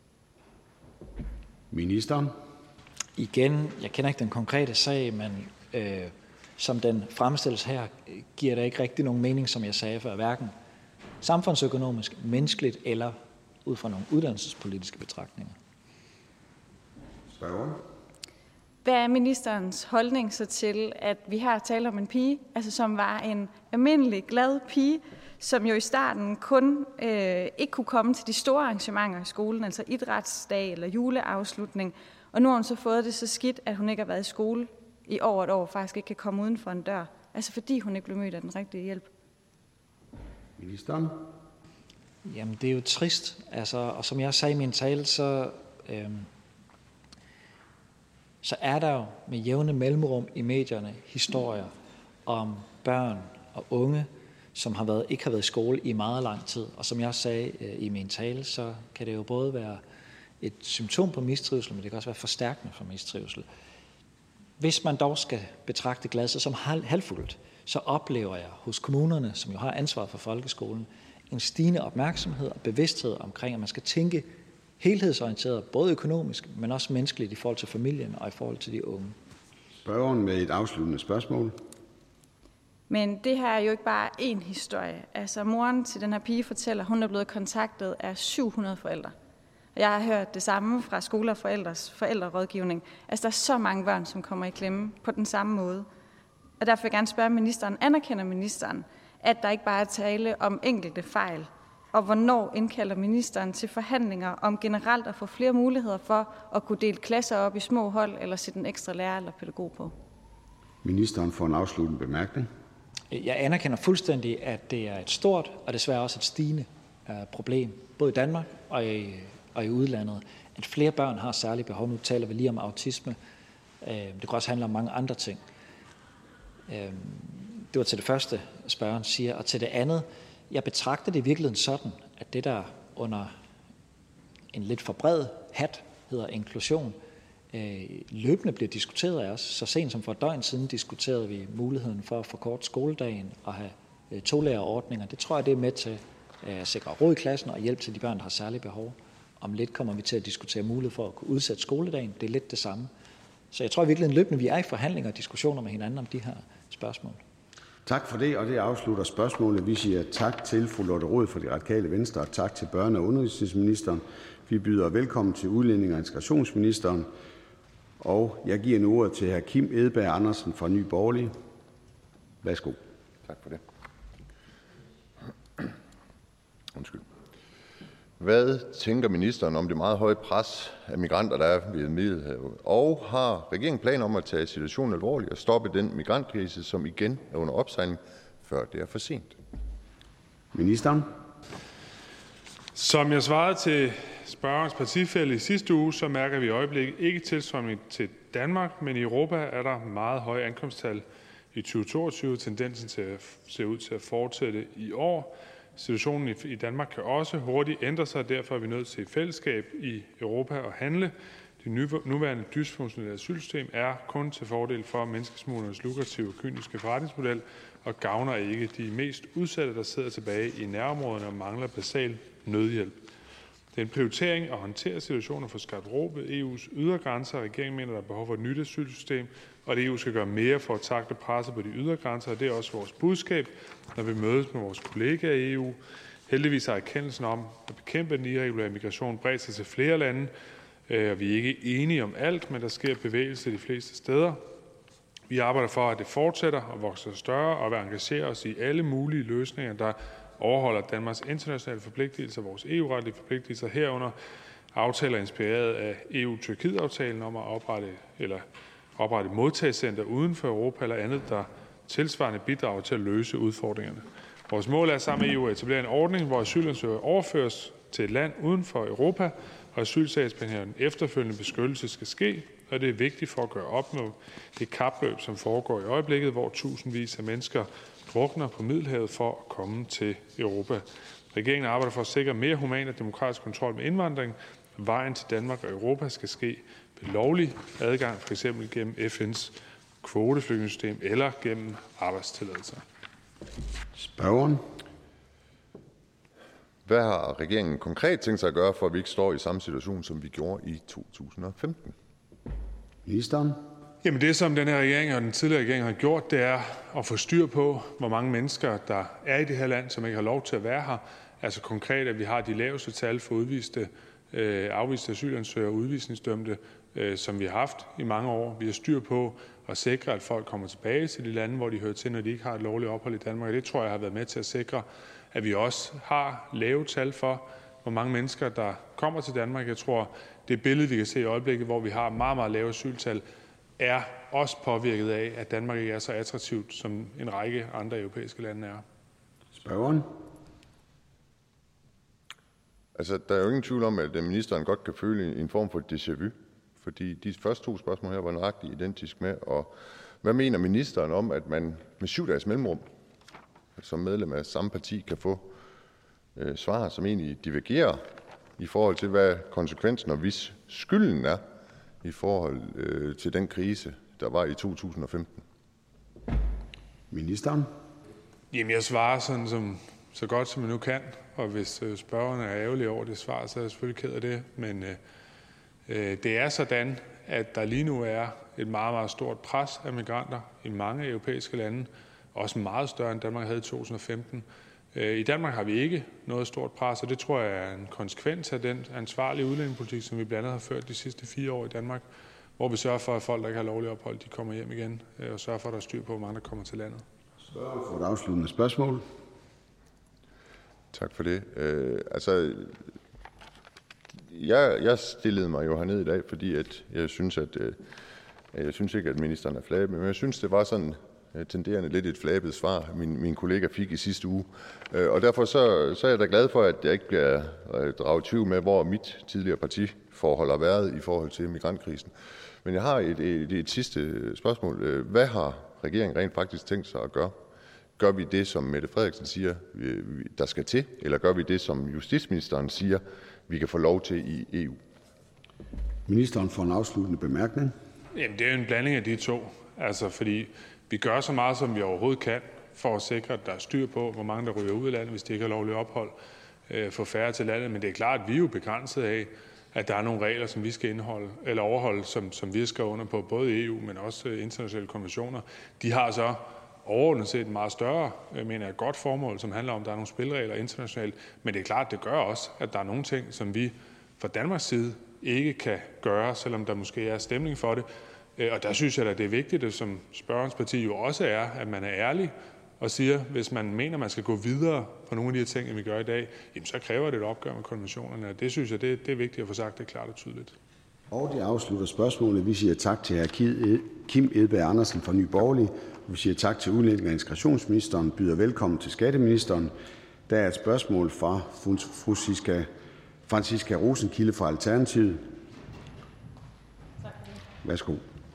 Ministeren. Igen, jeg kender ikke den konkrete sag, men som den fremstilles her, giver det ikke rigtig nogen mening, som jeg sagde før, hverken samfundsøkonomisk, menneskeligt eller ud fra nogle uddannelsespolitiske betragtninger. Spørgeren. Hvad er ministerens holdning så til, at vi her taler om en pige, altså som var en almindelig, glad pige, som jo i starten kun ikke kunne komme til de store arrangementer i skolen, altså idrætsdag eller juleafslutning, og nu har hun så fået det så skidt, at hun ikke har været i skole i over et år, faktisk ikke kan komme uden for en dør, altså fordi hun ikke blev mødt af den rigtige hjælp. Ministeren. Jamen, det er jo trist, altså, og som jeg sagde i min tale, så er der jo med jævne mellemrum i medierne historier om børn og unge, som ikke har været i skole i meget lang tid. Og som jeg sagde i min tale, så kan det jo både være et symptom på mistrivsel, men det kan også være forstærkende for mistrivsel. Hvis man dog skal betragte glasset som halvfuldt, så oplever jeg hos kommunerne, som jo har ansvaret for folkeskolen, en stigende opmærksomhed og bevidsthed omkring, at man skal tænke helhedsorienteret, både økonomisk, men også menneskeligt i forhold til familien og i forhold til de unge. Spørgeren med et afsluttende spørgsmål. Men det her er jo ikke bare én historie. Altså, moren til den her pige fortæller, at hun er blevet kontaktet af 700 forældre. Og jeg har hørt det samme fra Skole og Forældres forældrerådgivning. Altså, der er så mange børn, som kommer i klemme på den samme måde. Og derfor vil jeg gerne spørge ministeren, anerkender ministeren, at der ikke bare er tale om enkelte fejl? Og hvornår indkalder ministeren til forhandlinger om generelt at få flere muligheder for at kunne dele klasser op i små hold, eller sætte en ekstra lærer eller pædagog på? Ministeren får en afsluttende bemærkning. Jeg anerkender fuldstændig, at det er et stort og desværre også et stigende problem, både i Danmark og i udlandet, at flere børn har særlige behov. Nu taler vi lige om autisme. Det kan også handle om mange andre ting. Det var til det første, spørgeren siger. Og til det andet, jeg betragter det i virkeligheden sådan, at det der under en lidt for bred hat hedder inklusion, løbende bliver diskuteret af os. Så sent som for et døgn siden diskuterede vi muligheden for at forkorte skoledagen og have tolærerordninger. Det tror jeg, det er med til at sikre ro i klassen og hjælp til de børn, der har særlige behov. Om lidt kommer vi til at diskutere mulighed for at kunne udsætte skoledagen. Det er lidt det samme. Så jeg tror virkelig løbende, vi er i forhandlinger og diskussioner med hinanden om de her spørgsmål. Tak for det, og det afslutter spørgsmålet. Vi siger tak til fru Lotte Rod fra Det Radikale Venstre, og tak til børne- og undervisningsministeren. Vi byder velkommen til udlændinge- og integrationsministeren, og jeg giver nu ordet til hr. Kim Edberg Andersen fra Nye Borgerlige. Værsgo. Tak for det. Undskyld. Hvad tænker ministeren om det meget høje pres af migranter, der er ved Middelhavet? Og har regeringen planer om at tage situationen alvorligt og stoppe den migrantkrise, som igen er under opsejling, før det er for sent? Ministeren. Som jeg svarede til spørgerens partifælle i sidste uge, så mærker vi i øjeblikket ikke tilstrømning til Danmark, men i Europa er der meget høje ankomsttal i 2022. Tendensen ser ud til at fortsætte i år. Situationen i Danmark kan også hurtigt ændre sig, derfor er vi nødt til i fællesskab i Europa at handle. Det nuværende dysfunktionelle asylsystem er kun til fordel for menneskesmuglernes lukrative og kyniske forretningsmodel og gavner ikke de mest udsatte, der sidder tilbage i nærområderne og mangler basal nødhjælp. Det er en prioritering at håndtere situationen og få skabt ro ved EU's ydre grænser. Regeringen mener, der er behov for et nyt asylsystem, og at EU skal gøre mere for at tackle presset på de ydre grænser. Og det er også vores budskab, når vi mødes med vores kollegaer i EU. Heldigvis har erkendelsen om at bekæmpe den irregulære migration bredt sig til flere lande, og vi er ikke enige om alt, men der sker bevægelse de fleste steder. Vi arbejder for, at det fortsætter og vokser større, og vil engagere os i alle mulige løsninger, der overholder Danmarks internationale forpligtelser, vores EU-retlige forpligtelser herunder, aftaler inspireret af EU-Tyrkiet-aftalen om at oprette modtagscenter uden for Europa eller andet, der tilsvarende bidrager til at løse udfordringerne. Vores mål er sammen med EU at etablere en ordning, hvor asylansøgere overføres til et land uden for Europa, og asylsagsbehandlingen efterfølgende beskyttelse skal ske, og det er vigtigt for at gøre op med det kapløb, som foregår i øjeblikket, hvor tusindvis af mennesker drukner på Middelhavet for at komme til Europa. Regeringen arbejder for at sikre mere human og demokratisk kontrol med indvandring. Vejen til Danmark og Europa skal ske ved lovlig adgang, f.eks. gennem FN's kvoteflygtningesystem eller gennem arbejdstilladelser. Spørgeren. Hvad har regeringen konkret tænkt sig at gøre, for at vi ikke står i samme situation, som vi gjorde i 2015? Ministeren. Jamen det, som den her regering og den tidligere regering har gjort, det er at få styr på, hvor mange mennesker, der er i det her land, som ikke har lov til at være her. Altså konkret, at vi har de laveste tal for afviste asylansøgere og udvisningsdømte, som vi har haft i mange år. Vi har styr på at sikre, at folk kommer tilbage til de lande, hvor de hører til, når de ikke har et lovligt ophold i Danmark. Og det tror jeg har været med til at sikre, at vi også har lave tal for, hvor mange mennesker, der kommer til Danmark. Jeg tror, det billede, vi kan se i øjeblikket, hvor vi har meget, meget lave asyltal, er også påvirket af, at Danmark ikke er så attraktivt, som en række andre europæiske lande er. Spørgeren. Altså, der er jo ingen tvivl om, at ministeren godt kan føle en form for déjà vu, fordi de første 2 spørgsmål her var nøjagtigt identisk med. Og hvad mener ministeren om, at man med 7 dages mellemrum som medlem af samme parti kan få svar, som egentlig divergerer i forhold til, hvad konsekvensen og hvis skylden er i forhold til den krise, der var i 2015? Ministeren. Jamen, jeg svarer sådan så godt, som jeg nu kan, og hvis spørgerne er ærgerlige over det svar, så er jeg selvfølgelig ked af det. Men det er sådan, at der lige nu er et meget, meget stort pres af migranter i mange europæiske lande, også meget større end Danmark havde i 2015. I Danmark har vi ikke noget stort pres, og det tror jeg er en konsekvens af den ansvarlige udlændingepolitik, som vi blandt andet har ført de sidste 4 år i Danmark, hvor vi sørger for, at folk, der ikke har lovligt ophold, de kommer hjem igen, og sørger for, at der er styr på, hvor mange der kommer til landet. Spørger for et afsluttende spørgsmål. Tak for det. Jeg stillede mig jo herned i dag, fordi at jeg synes ikke, at ministeren er flabet, men jeg synes, det var sådan tenderende lidt et flabet svar, min kollega fik i sidste uge. Og derfor så er jeg da glad for, at jeg ikke bliver draget tvivl med, hvor mit tidligere partiforhold har været i forhold til migrantkrisen. Men jeg har et sidste spørgsmål. Hvad har regeringen rent faktisk tænkt sig at gøre? Gør vi det, som Mette Frederiksen siger, der skal til, eller gør vi det, som justitsministeren siger, vi kan få lov til i EU? Ministeren får en afsluttende bemærkning. Jamen, det er jo en blanding af de to. Altså, fordi vi gør så meget, som vi overhovedet kan, for at sikre, at der er styr på, hvor mange der ryger ud af landet, hvis de ikke har lovligt ophold, få færre til landet. Men det er klart, at vi er jo begrænset af, at der er nogle regler, som vi skal overholde, som vi skal under på, både EU, men også internationale konventioner. De har så overordnet set et meget større, godt formål, som handler om, at der er nogle spilleregler internationalt. Men det er klart, det gør også, at der er nogle ting, som vi fra Danmarks side ikke kan gøre, selvom der måske er stemning for det. Og der synes jeg, at det er vigtigt, som spørgerens parti jo også er, at man er ærlig og siger, hvis man mener, at man skal gå videre på nogle af de her ting, end vi gør i dag, jamen så kræver det et opgør med konventionerne. Og det synes jeg, det er vigtigt at få sagt det klart og tydeligt. Og det afslutter spørgsmålet. Vi siger tak til hr. Kim Edberg Andersen fra Nye Borgerlige. Vi siger tak til udlændinge- og integrationsministeren. Byder velkommen til skatteministeren. Der er et spørgsmål fra Franciska Rosenkilde fra Alternativet. Værsgo.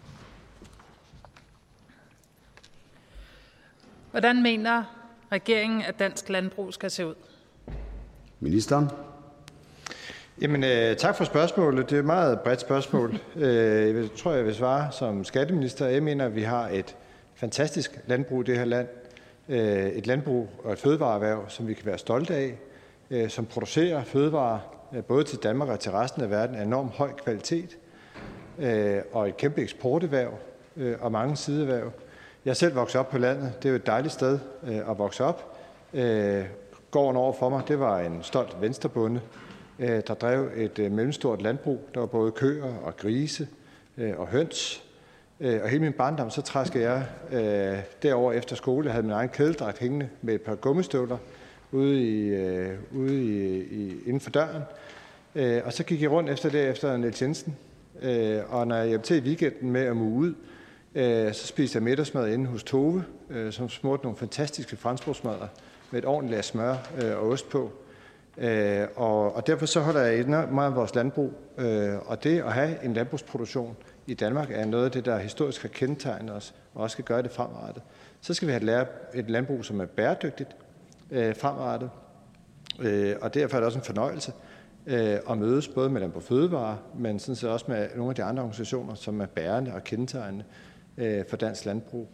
Hvordan mener regeringen, at dansk landbrug skal se ud? Ministeren. Jamen, tak for spørgsmålet. Det er et meget bredt spørgsmål. Jeg tror, jeg vil svare som skatteminister. Jeg mener, at vi har et fantastisk landbrug i det her land. Et landbrug og et fødevareerhverv, som vi kan være stolte af, som producerer fødevarer både til Danmark og til resten af verden, af enormt høj kvalitet og et kæmpe eksporterhverv og mange sideerhverv. Jeg er selv vokset op på landet. Det er jo et dejligt sted at vokse op. Gården over for mig, det var en stolt venstrebonde, der drev et mellemstort landbrug. Der var både køer og grise og høns. Og hele min barndom, så træskede jeg derover efter skole. Jeg havde min egen kædedragt hængende med et par gummistøvler ude inden for døren. Og så gik jeg rundt efter Niels Jensen. Og når jeg hjem til i weekenden med at muge ud, så spiste jeg middagsmad inde hos Tove, som smurte nogle fantastiske franskbrødsmadder med et ordentligt lag smør og ost på. Og derfor så holder jeg enormt meget af vores landbrug. Og det at have en landbrugsproduktion i Danmark er noget af det, der historisk har kendetegnet os, og også skal gøre det fremadrettet. Så skal vi have et landbrug, som er bæredygtigt fremadrettet. Og derfor er det også en fornøjelse at mødes både med Landbrug & Fødevarer, men sådan set også med nogle af de andre organisationer, som er bærende og kendetegnende for dansk landbrug.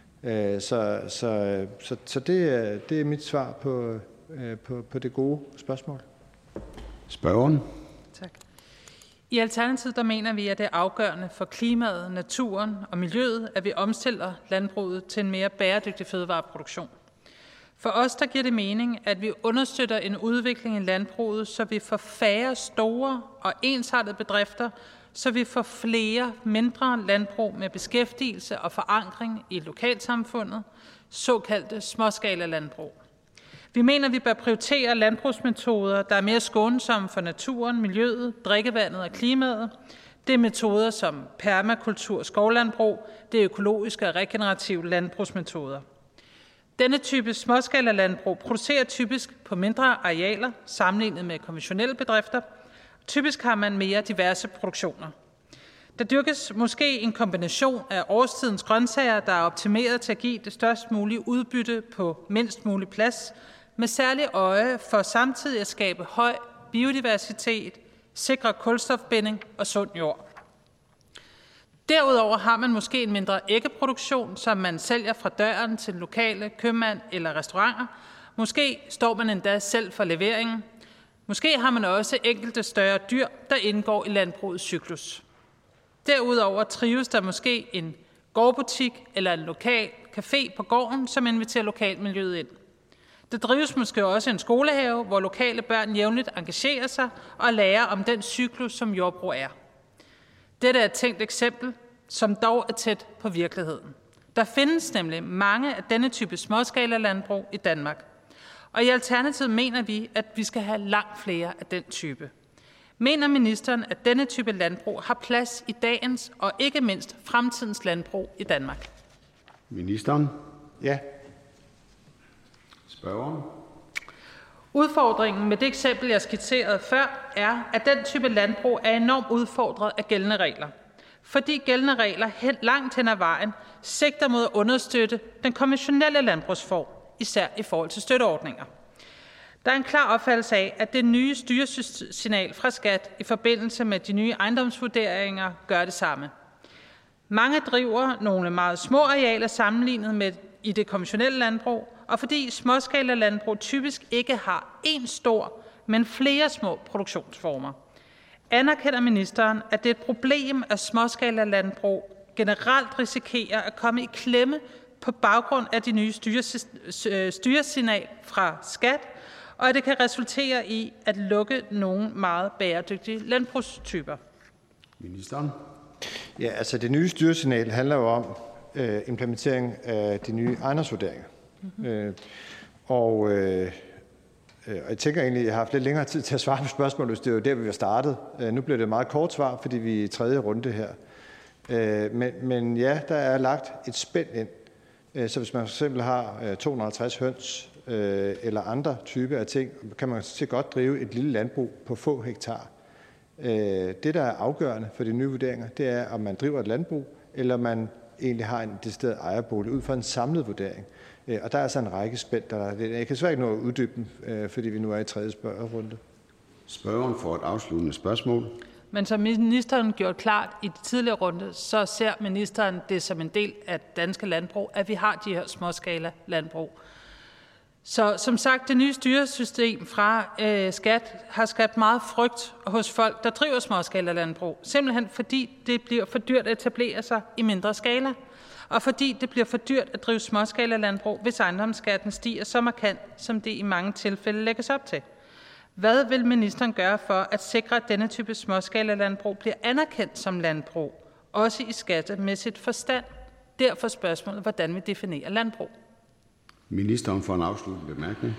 Så det er mit svar på det gode spørgsmål. Spørgeren. Tak. I Alternativet der mener vi, at det er afgørende for klimaet, naturen og miljøet, at vi omstiller landbruget til en mere bæredygtig fødevareproduktion. For os der giver det mening, at vi understøtter en udvikling i landbruget, så vi får færre store og ensartede bedrifter, så vi får flere mindre landbrug med beskæftigelse og forankring i lokalsamfundet, såkaldte småskala landbrug. Vi mener, at vi bør prioritere landbrugsmetoder, der er mere skånsomme for naturen, miljøet, drikkevandet og klimaet. Det er metoder som permakultur, skovlandbrug, det er økologiske og regenerative landbrugsmetoder. Denne type småskala landbrug producerer typisk på mindre arealer sammenlignet med konventionelle bedrifter. Typisk har man mere diverse produktioner. Der dyrkes måske en kombination af årstidens grøntsager, der er optimeret til at give det størst mulige udbytte på mindst mulig plads, med særlig øje for samtidig at skabe høj biodiversitet, sikre kulstofbinding og sund jord. Derudover har man måske en mindre æggeproduktion, som man sælger fra døren til lokale købmand eller restauranter. Måske står man endda selv for leveringen. Måske har man også enkelte større dyr, der indgår i landbrugets cyklus. Derudover trives der måske en gårdbutik eller en lokal café på gården, som inviterer lokalmiljøet ind. Der drives måske også en skolehave, hvor lokale børn jævnligt engagerer sig og lærer om den cyklus, som jordbrug er. Dette er et tænkt eksempel, som dog er tæt på virkeligheden. Der findes nemlig mange af denne type småskala landbrug i Danmark. Og i Alternativet mener vi, at vi skal have langt flere af den type. Mener ministeren, at denne type landbrug har plads i dagens og ikke mindst fremtidens landbrug i Danmark? Ministeren. Ja. Spørgeren. Udfordringen med det eksempel, jeg skitserede før, er, at den type landbrug er enormt udfordret af gældende regler. Fordi gældende regler langt hen ad vejen sigter mod at understøtte den konventionelle landbrugsform, især i forhold til støtteordninger. Der er en klar opfattelse af, at det nye styresignal fra Skat i forbindelse med de nye ejendomsvurderinger gør det samme. Mange driver nogle meget små arealer sammenlignet med i det konventionelle landbrug, og fordi småskala landbrug typisk ikke har én stor, men flere små produktionsformer. Anerkender ministeren, at det er et problem, at småskala landbrug generelt risikerer at komme i klemme på baggrund af de nye styresignal fra Skat, og at det kan resultere i at lukke nogle meget bæredygtige landbrugstyper? Ministeren. Ja, altså det nye styresignal handler jo om implementering af de nye ejendomsvurderinger. Mm-hmm. Og jeg tænker egentlig, at jeg har haft lidt længere tid til at svare på spørgsmålet, hvis det er jo der, vi har startet. Nu bliver det et meget kort svar, fordi vi er i tredje runde her. Men ja, der er lagt et spænd ind. Så hvis man f.eks. har 250 høns eller andre typer af ting, kan man så godt drive et lille landbrug på få hektar. Det, der er afgørende for de nye vurderinger, det er, om man driver et landbrug, eller man egentlig har en decideret ejerbolig ud fra en samlet vurdering. Og der er altså en række spænd. Jeg kan svært ikke nå at uddybe dem, fordi vi nu er i tredje spørgerunde. Spørgeren får et afsluttende spørgsmål. Men som ministeren gjorde klart i de tidligere runde, så ser ministeren det som en del af danske landbrug, at vi har de her småskala landbrug. Så som sagt, det nye styresystem fra Skat har skabt meget frygt hos folk, der driver småskala landbrug. Simpelthen fordi det bliver for dyrt at etablere sig i mindre skala. Og fordi det bliver for dyrt at drive småskala landbrug, hvis ejendomsskatten stiger så markant, som det i mange tilfælde lægges op til. Hvad vil ministeren gøre for at sikre, at denne type småskala landbrug bliver anerkendt som landbrug, også i skattemæssigt forstand? Derfor spørgsmålet, hvordan vi definerer landbrug. Ministeren for en afsluttende bemærkning.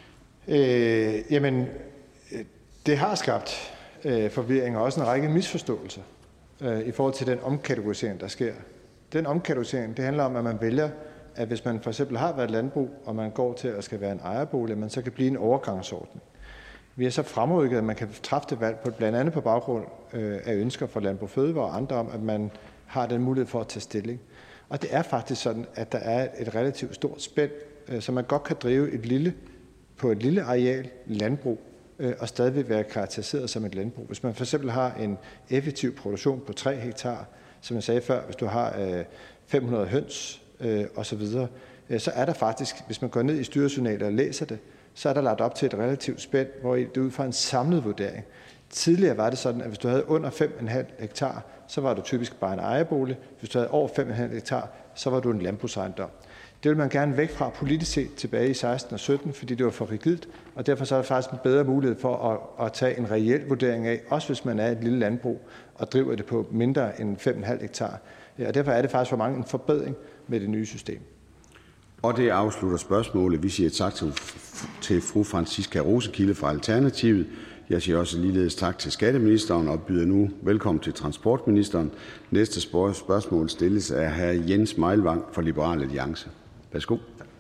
Det har skabt forvirring og også en række misforståelser i forhold til den omkategorisering, der sker. Den omkategorisering, det handler om, at man vælger, at hvis man for eksempel har været landbrug, og man går til at skal være en ejerbolig, man så kan blive en overgangsordning. Vi har så fremrykket, at man kan træffe det valg, blandt andet på baggrund af ønsker fra Landbrug Fødevare og andre om, at man har den mulighed for at tage stilling. Og det er faktisk sådan, at der er et relativt stort spænd, så man godt kan drive på et lille areal landbrug og stadig være karakteriseret som et landbrug. Hvis man for eksempel har en effektiv produktion på 3 hektar, som jeg sagde før, hvis du har 500 høns osv., så er der faktisk, hvis man går ned i styrejournaler og læser det, så er der lagt op til et relativt spænd, hvor det er ud fra en samlet vurdering. Tidligere var det sådan, at hvis du havde under 5,5 hektar, så var du typisk bare en ejerbolig. Hvis du havde over 5,5 hektar, så var du en landbrugsejendom. Det vil man gerne væk fra politisk set tilbage i 16 og 17, fordi det var for rigidt, og derfor så er der faktisk en bedre mulighed for at tage en reel vurdering af, også hvis man er et lille landbrug og driver det på mindre end 5,5 hektar. Og derfor er det faktisk for mange en forbedring med det nye system. Og det afslutter spørgsmålet. Vi siger tak til fru Franciska Rosenkilde fra Alternativet. Jeg siger også ligeledes tak til skatteministeren og byder nu velkommen til transportministeren. Næste spørgsmål stilles af hr. Jens Meilvang fra Liberal Alliance. Værsgo.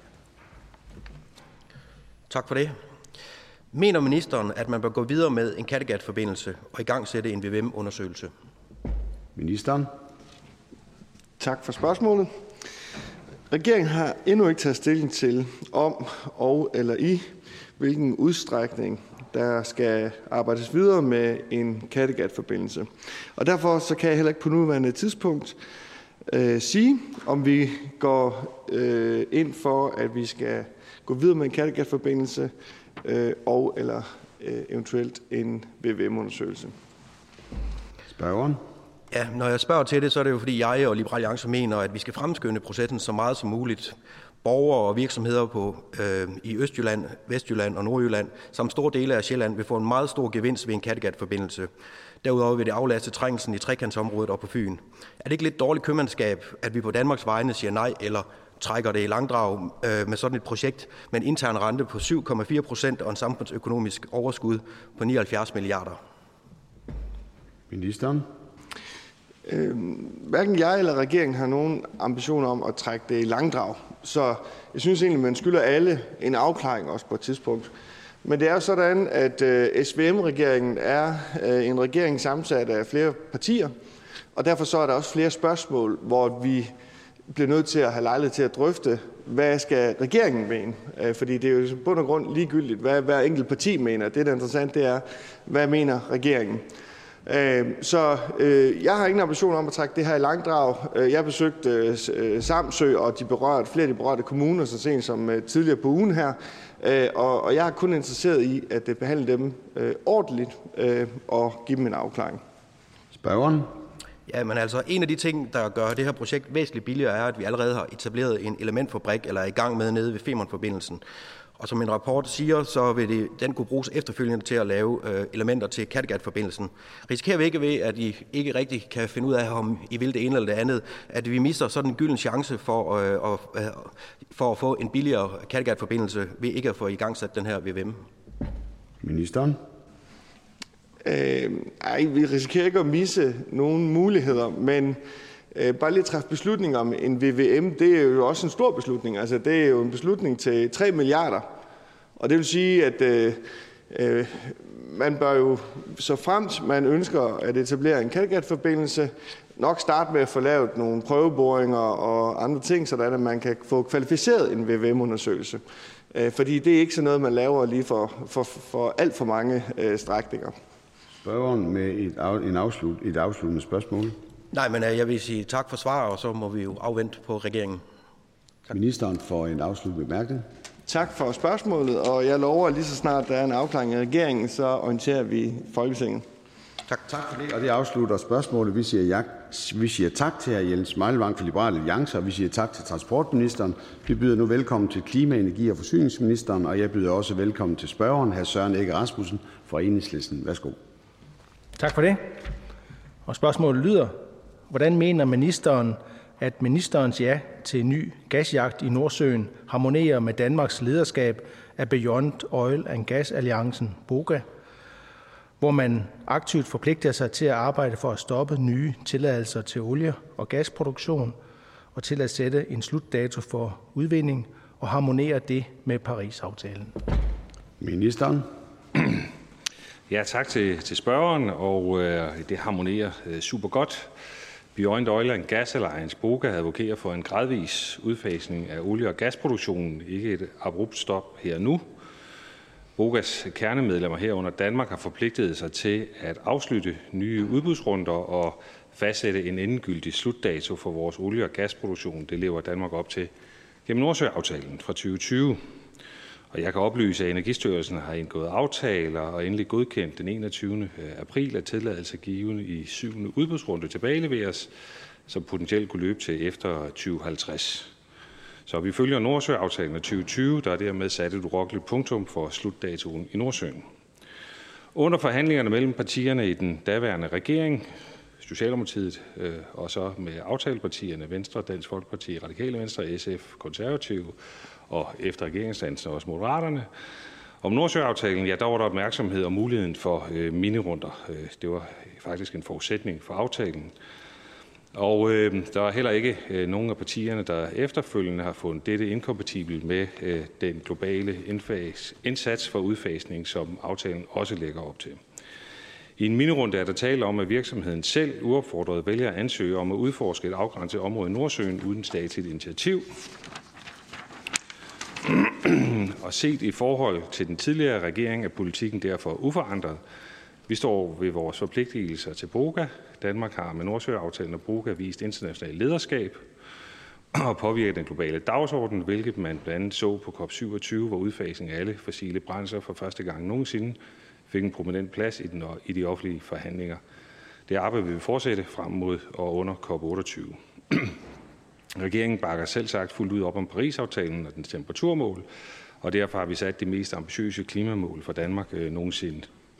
Tak for det. Mener ministeren, at man bør gå videre med en Kattegat-forbindelse og igangsætte en VVM-undersøgelse? Ministeren. Tak for spørgsmålet. Regeringen har endnu ikke taget stilling til, om og eller i hvilken udstrækning der skal arbejdes videre med en Kattegat-forbindelse. Og derfor så kan jeg heller ikke på nuværende tidspunkt sige, om vi går ind for, at vi skal gå videre med en Kattegat-forbindelse og eller eventuelt en VVM-undersøgelse. Spørgeren. Ja, når jeg spørger til det, så er det jo fordi jeg og Liberal Alliance mener, at vi skal fremskynde processen så meget som muligt. Borgere og virksomheder i Østjylland, Vestjylland og Nordjylland, samt store dele af Sjælland, vil få en meget stor gevinst ved en Kattegat-forbindelse. Derudover vil det aflaste trængslen i trekantsområdet og på Fyn. Er det ikke lidt dårligt købmandskab, at vi på Danmarks vegne siger nej eller trækker det i langdrag med sådan et projekt med en intern rente på 7,4% og en samfundsøkonomisk overskud på 79 milliarder? Ministeren. Hverken jeg eller regeringen har nogen ambitioner om at trække det i langdrag. Så jeg synes egentlig, man skylder alle en afklaring også på et tidspunkt. Men det er jo sådan, at SVM-regeringen er en regering sammensat af flere partier, og derfor så er der også flere spørgsmål, hvor vi bliver nødt til at have lejlighed til at drøfte, hvad skal regeringen mene? Fordi det er jo i bund og grund ligegyldigt, hvad hver enkelt parti mener. Det, der er interessant, det er, hvad mener regeringen? Så jeg har ingen ambition om at trække det her i langdrag. Jeg besøgte Samsø og flere af de berørte kommuner så sent som tidligere på ugen her, og jeg er kun interesseret i at behandle dem ordentligt og give dem en afklaring. Spørgeren. Ja, men altså en af de ting, der gør det her projekt væsentligt billigere, er, at vi allerede har etableret en elementfabrik eller er i gang med nede ved Femernforbindelsen. Og som en rapport siger, så vil den kunne bruges efterfølgende til at lave elementer til Kattegat-forbindelsen. Risikerer vi ikke ved, at I ikke rigtig kan finde ud af, om I vil det ene eller det andet, at vi mister sådan en gylden chance for at få en billigere Kattegat-forbindelse ved ikke at få igangsat den her VVM? Ministeren. Vi risikerer ikke at misse nogen muligheder, men bare lige at træffe beslutninger om en VVM, det er jo også en stor beslutning. Altså, det er jo en beslutning til 3 milliarder. Og det vil sige, at man bør jo, så fremt man ønsker at etablere en Kattegat-forbindelse, nok starte med at få lavet nogle prøveboringer og andre ting, sådan at man kan få kvalificeret en VVM-undersøgelse. Fordi det er ikke sådan noget, man laver lige for alt for mange strækninger. Spørgeren med et afsluttende spørgsmål. Nej, men jeg vil sige tak for svar, og så må vi jo afvente på regeringen. Tak. Ministeren for en afsluttende bemærkning. Tak for spørgsmålet, og jeg lover, at lige så snart der er en afklaring i regeringen, så orienterer vi Folketinget. Tak for det, og det afslutter spørgsmålet. Vi siger tak til hr. Jens Meilvang fra Liberal Alliance, og vi siger tak til transportministeren. Vi byder nu velkommen til klima-, energi- og forsyningsministeren, og jeg byder også velkommen til spørgeren, hr. Søren Egge Rasmussen fra Enhedslisten. Værsgo. Tak for det. Og spørgsmålet lyder: Hvordan mener ministeren, at ministerens ja til ny gasjagt i Nordsøen harmonerer med Danmarks lederskab af Beyond Oil and Gas Alliancen, BOGA, hvor man aktivt forpligter sig til at arbejde for at stoppe nye tilladelser til olie- og gasproduktion og til at sætte en slutdato for udvinding, og harmonere det med Paris-aftalen? Ministeren. Ja, tak til spørgeren, og det harmonerer super godt. Beyond Oil and Gas Alliance, BOGA, advokerer for en gradvis udfasning af olie- og gasproduktionen, ikke et abrupt stop her nu. BOGAs kernemedlemmer herunder Danmark har forpligtet sig til at afslutte nye udbudsrunder og fastsætte en endegyldig slutdato for vores olie- og gasproduktion. Det lever Danmark op til gennem Nordsøaftalen fra 2020. Og jeg kan oplyse, at Energistyrelsen har indgået aftaler og endelig godkendt den 21. april, at tilladelse givende i 7. udbudsrunde tilbageleveres, som potentielt kunne løbe til efter 2050. Så vi følger Nordsøaftalen af 2020, der er dermed sat et urokkeligt punktum for slutdatoen i Nordsøen. Under forhandlingerne mellem partierne i den daværende regering, Socialdemokratiet og så med aftalepartierne Venstre, Dansk Folkeparti, Radikale Venstre, SF, Konservative og efter regeringsdannelsen også Moderaterne, om Nordsøaftalen, ja, der var der opmærksomhed om muligheden for minirunder. Det var faktisk en forudsætning for aftalen. Og der er heller ikke nogen af partierne, der efterfølgende har fundet dette inkompatibelt med den globale indsats for udfasning, som aftalen også lægger op til. I en minirunde er der tale om, at virksomheden selv uopfordret vælger at ansøge om at udforske et afgrænset område i Nordsøen uden statsligt initiativ. Og set i forhold til den tidligere regering er politikken derfor uforandret. Vi står ved vores forpligtelser til BOGA. Danmark har med Nordsøaftalen og BOGA vist internationalt lederskab og påvirket den globale dagsorden, hvilket man blandt andet så på COP27, hvor udfasning af alle fossile brændsler for første gang nogensinde fik en prominent plads i de offentlige forhandlinger. Det arbejde vil vi fortsætte frem mod og under COP28. Regeringen bakker selv sagt fuldt ud op om Paris-aftalen og dens temperaturmål, og derfor har vi sat de mest ambitiøse klimamål for Danmark nogensinde.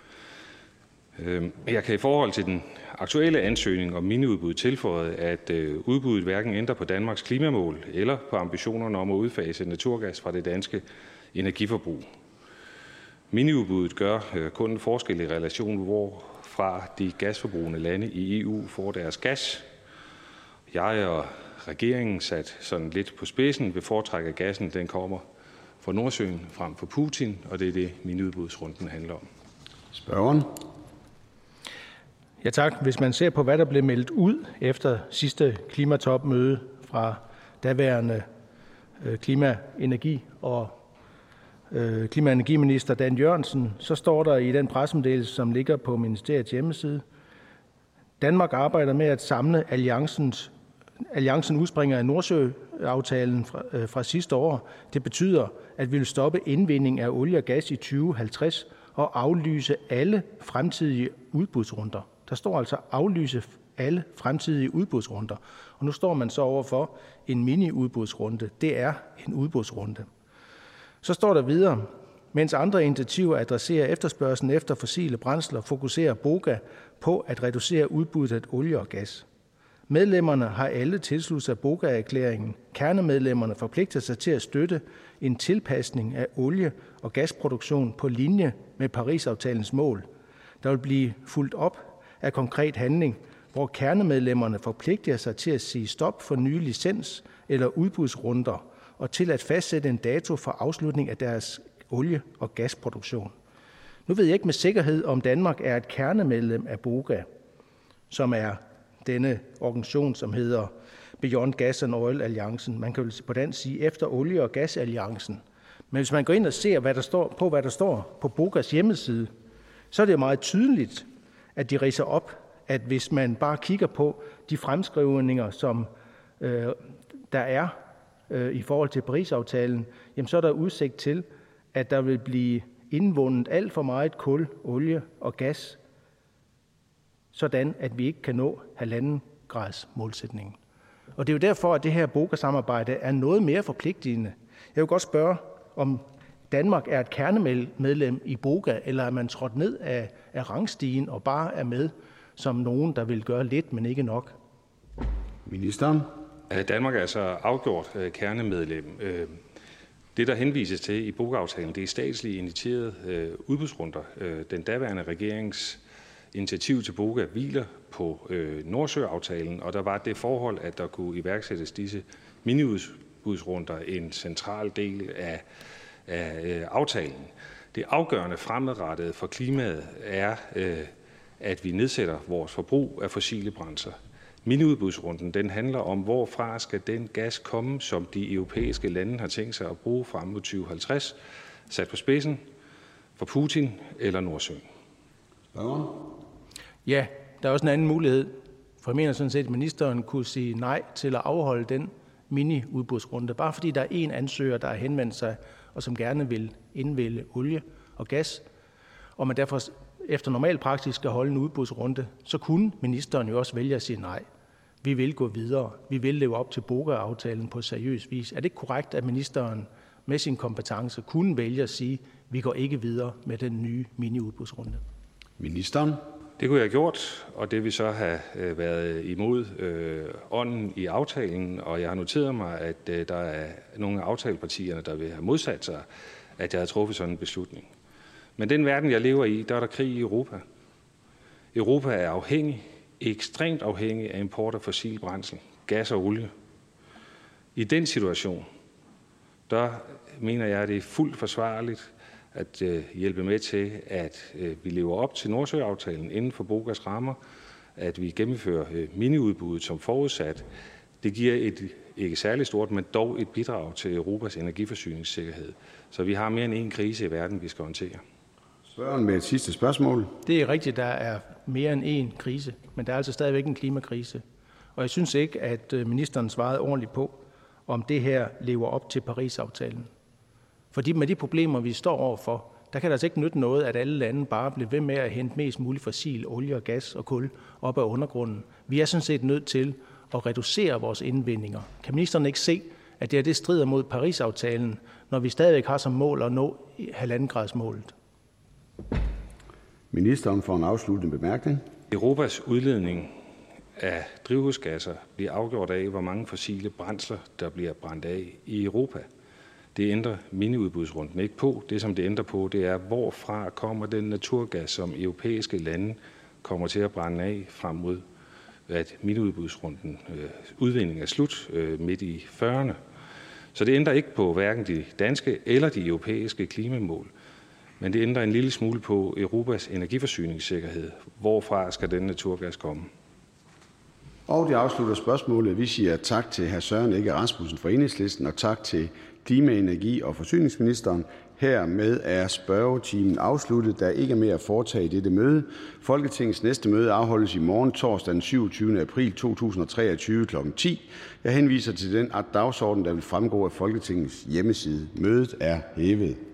Jeg kan i forhold til den aktuelle ansøgning om miniudbud tilføje, at udbuddet hverken ændrer på Danmarks klimamål eller på ambitionerne om at udfase naturgas fra det danske energiforbrug. Miniudbuddet gør kun en forskel i relation, hvorfra de gasforbrugende lande i EU får deres gas. Jeg og regeringen sat sådan lidt på spidsen vil foretrække, at gassen den kommer fra Nordsøen frem for Putin, og det er det, miniudbudsrunden handler om. Spørgeren. Ja tak. Hvis man ser på, hvad der blev meldt ud efter sidste klimatopmøde fra daværende klima-, energiminister Dan Jørgensen, så står der i den pressemeddelelse, som ligger på ministeriets hjemmeside: Danmark arbejder med at samle alliancen udspringer af Nordsøaftalen fra sidste år. Det betyder, at vi vil stoppe indvinding af olie og gas i 2050 og aflyse alle fremtidige udbudsrunder. Der står altså aflyse alle fremtidige udbudsrunder. Og nu står man så overfor en mini-udbudsrunde. Det er en udbudsrunde. Så står der videre: mens andre initiativer adresserer efterspørgslen efter fossile brændsler, fokuserer BOGA på at reducere udbuddet af olie og gas. Medlemmerne har alle tilsluttet sig BOGA-erklæringen. Kernemedlemmerne forpligter sig til at støtte en tilpasning af olie- og gasproduktion på linje med Paris-aftalens mål. Der vil blive fulgt op af konkret handling, hvor kernemedlemmerne forpligter sig til at sige stop for nye licens- eller udbudsrunder og til at fastsætte en dato for afslutning af deres olie- og gasproduktion. Nu ved jeg ikke med sikkerhed, om Danmark er et kernemedlem af BOGA, som er denne organisation, som hedder Beyond Gas and Oil Alliancen. Man kan jo på dansk sige efter olie- og gasalliancen. Men hvis man går ind og ser, hvad der står på BOGAs hjemmeside, så er det meget tydeligt, at de ridser op, at hvis man bare kigger på de fremskrivninger, som der er i forhold til Paris-aftalen, jamen så er der udsigt til, at der vil blive indvundet alt for meget kul, olie og gas, sådan at vi ikke kan nå 1,5 grads målsætningen. Og det er jo derfor, at det her BOGA-samarbejde er noget mere forpligtende. Jeg vil godt spørge, om Danmark er et kernemedlem i BOGA, eller er man trådt ned af rangstigen og bare er med som nogen, der vil gøre lidt, men ikke nok? Ministeren. Danmark er altså afgjort kernemedlem. Det, der henvises til i BOGA-aftalen, det er statsligt initierede udbudsrunder. Den daværende regerings initiativ til BOGA hviler på Nordsøaftalen, og der var det forhold, at der kunne iværksættes disse miniudbudsrunder en central del af aftalen. Det afgørende fremadrettet for klimaet er, at vi nedsætter vores forbrug af fossile brændsler. Miniudbudsrunden den handler om, hvorfra skal den gas komme, som de europæiske lande har tænkt sig at bruge frem mod 2050, sat på spidsen for Putin eller Nordsøen. Ja, der er også en anden mulighed. For jeg mener sådan set, at ministeren kunne sige nej til at afholde den mini-udbudsrunde, bare fordi der er en ansøger, der har henvendt sig, og som gerne vil indvælge olie og gas, og man derfor efter normal praksis skal holde en udbudsrunde, så kunne ministeren jo også vælge at sige nej. Vi vil gå videre. Vi vil leve op til BOGA-aftalen på seriøs vis. Er det ikke korrekt, at ministeren med sin kompetence kunne vælge at sige, at vi går ikke videre med den nye mini-udbudsrunde? Ministeren. Det kunne jeg have gjort, og det vil så have været imod ånden i aftalen, og jeg har noteret mig, at der er nogle af aftalepartierne, der vil have modsat sig, at jeg har truffet sådan en beslutning. Men den verden, jeg lever i, der er der krig i Europa. Europa er afhængig, ekstremt afhængig af import af fossil brændsel, gas og olie. I den situation, der mener jeg, at det er fuldt forsvarligt at hjælpe med til, at vi lever op til Nordsøaftalen inden for BOGAs rammer, at vi gennemfører miniudbuddet som forudsat. Det giver et ikke særlig stort, men dog et bidrag til Europas energiforsyningssikkerhed. Så vi har mere end en krise i verden, vi skal håndtere. Spørgen med et sidste spørgsmål. Det er rigtigt, der er mere end en krise, men der er altså stadigvæk en klimakrise. Og jeg synes ikke, at ministeren svarede ordentligt på, om det her lever op til Paris-aftalen. Fordi med de problemer, vi står overfor, der kan det altså ikke nytte noget, at alle lande bare bliver ved med at hente mest muligt fossil olie og gas og kul op af undergrunden. Vi er sådan set nødt til at reducere vores indvindinger. Kan ministeren ikke se, at det strider mod Paris-aftalen, når vi stadigvæk har som mål at nå 1,5-gradsmålet? Ministeren får en afsluttende bemærkning. Europas udledning af drivhusgasser bliver afgjort af, hvor mange fossile brændsler, der bliver brændt af i Europa. Det ændrer miniudbudsrunden ikke på. Det, som det ændrer på, det er, hvorfra kommer den naturgas, som europæiske lande kommer til at brænde af frem mod, at miniudbudsrunden udvinding er slut midt i 40'erne. Så det ændrer ikke på hverken de danske eller de europæiske klimamål. Men det ændrer en lille smule på Europas energiforsyningssikkerhed. Hvorfra skal den naturgas komme? Og det afslutter spørgsmålet. Vi siger tak til hr. Søren Egge Rasmussen fra Enhedslisten, og tak til klima-, energi- og forsyningsministeren. Hermed er spørgetimen afsluttet. Der er ikke mere at foretage i dette møde. Folketingets næste møde afholdes i morgen, torsdag den 27. april 2023 kl. 10. Jeg henviser til den dagsorden, der vil fremgå af Folketingets hjemmeside. Mødet er hævet.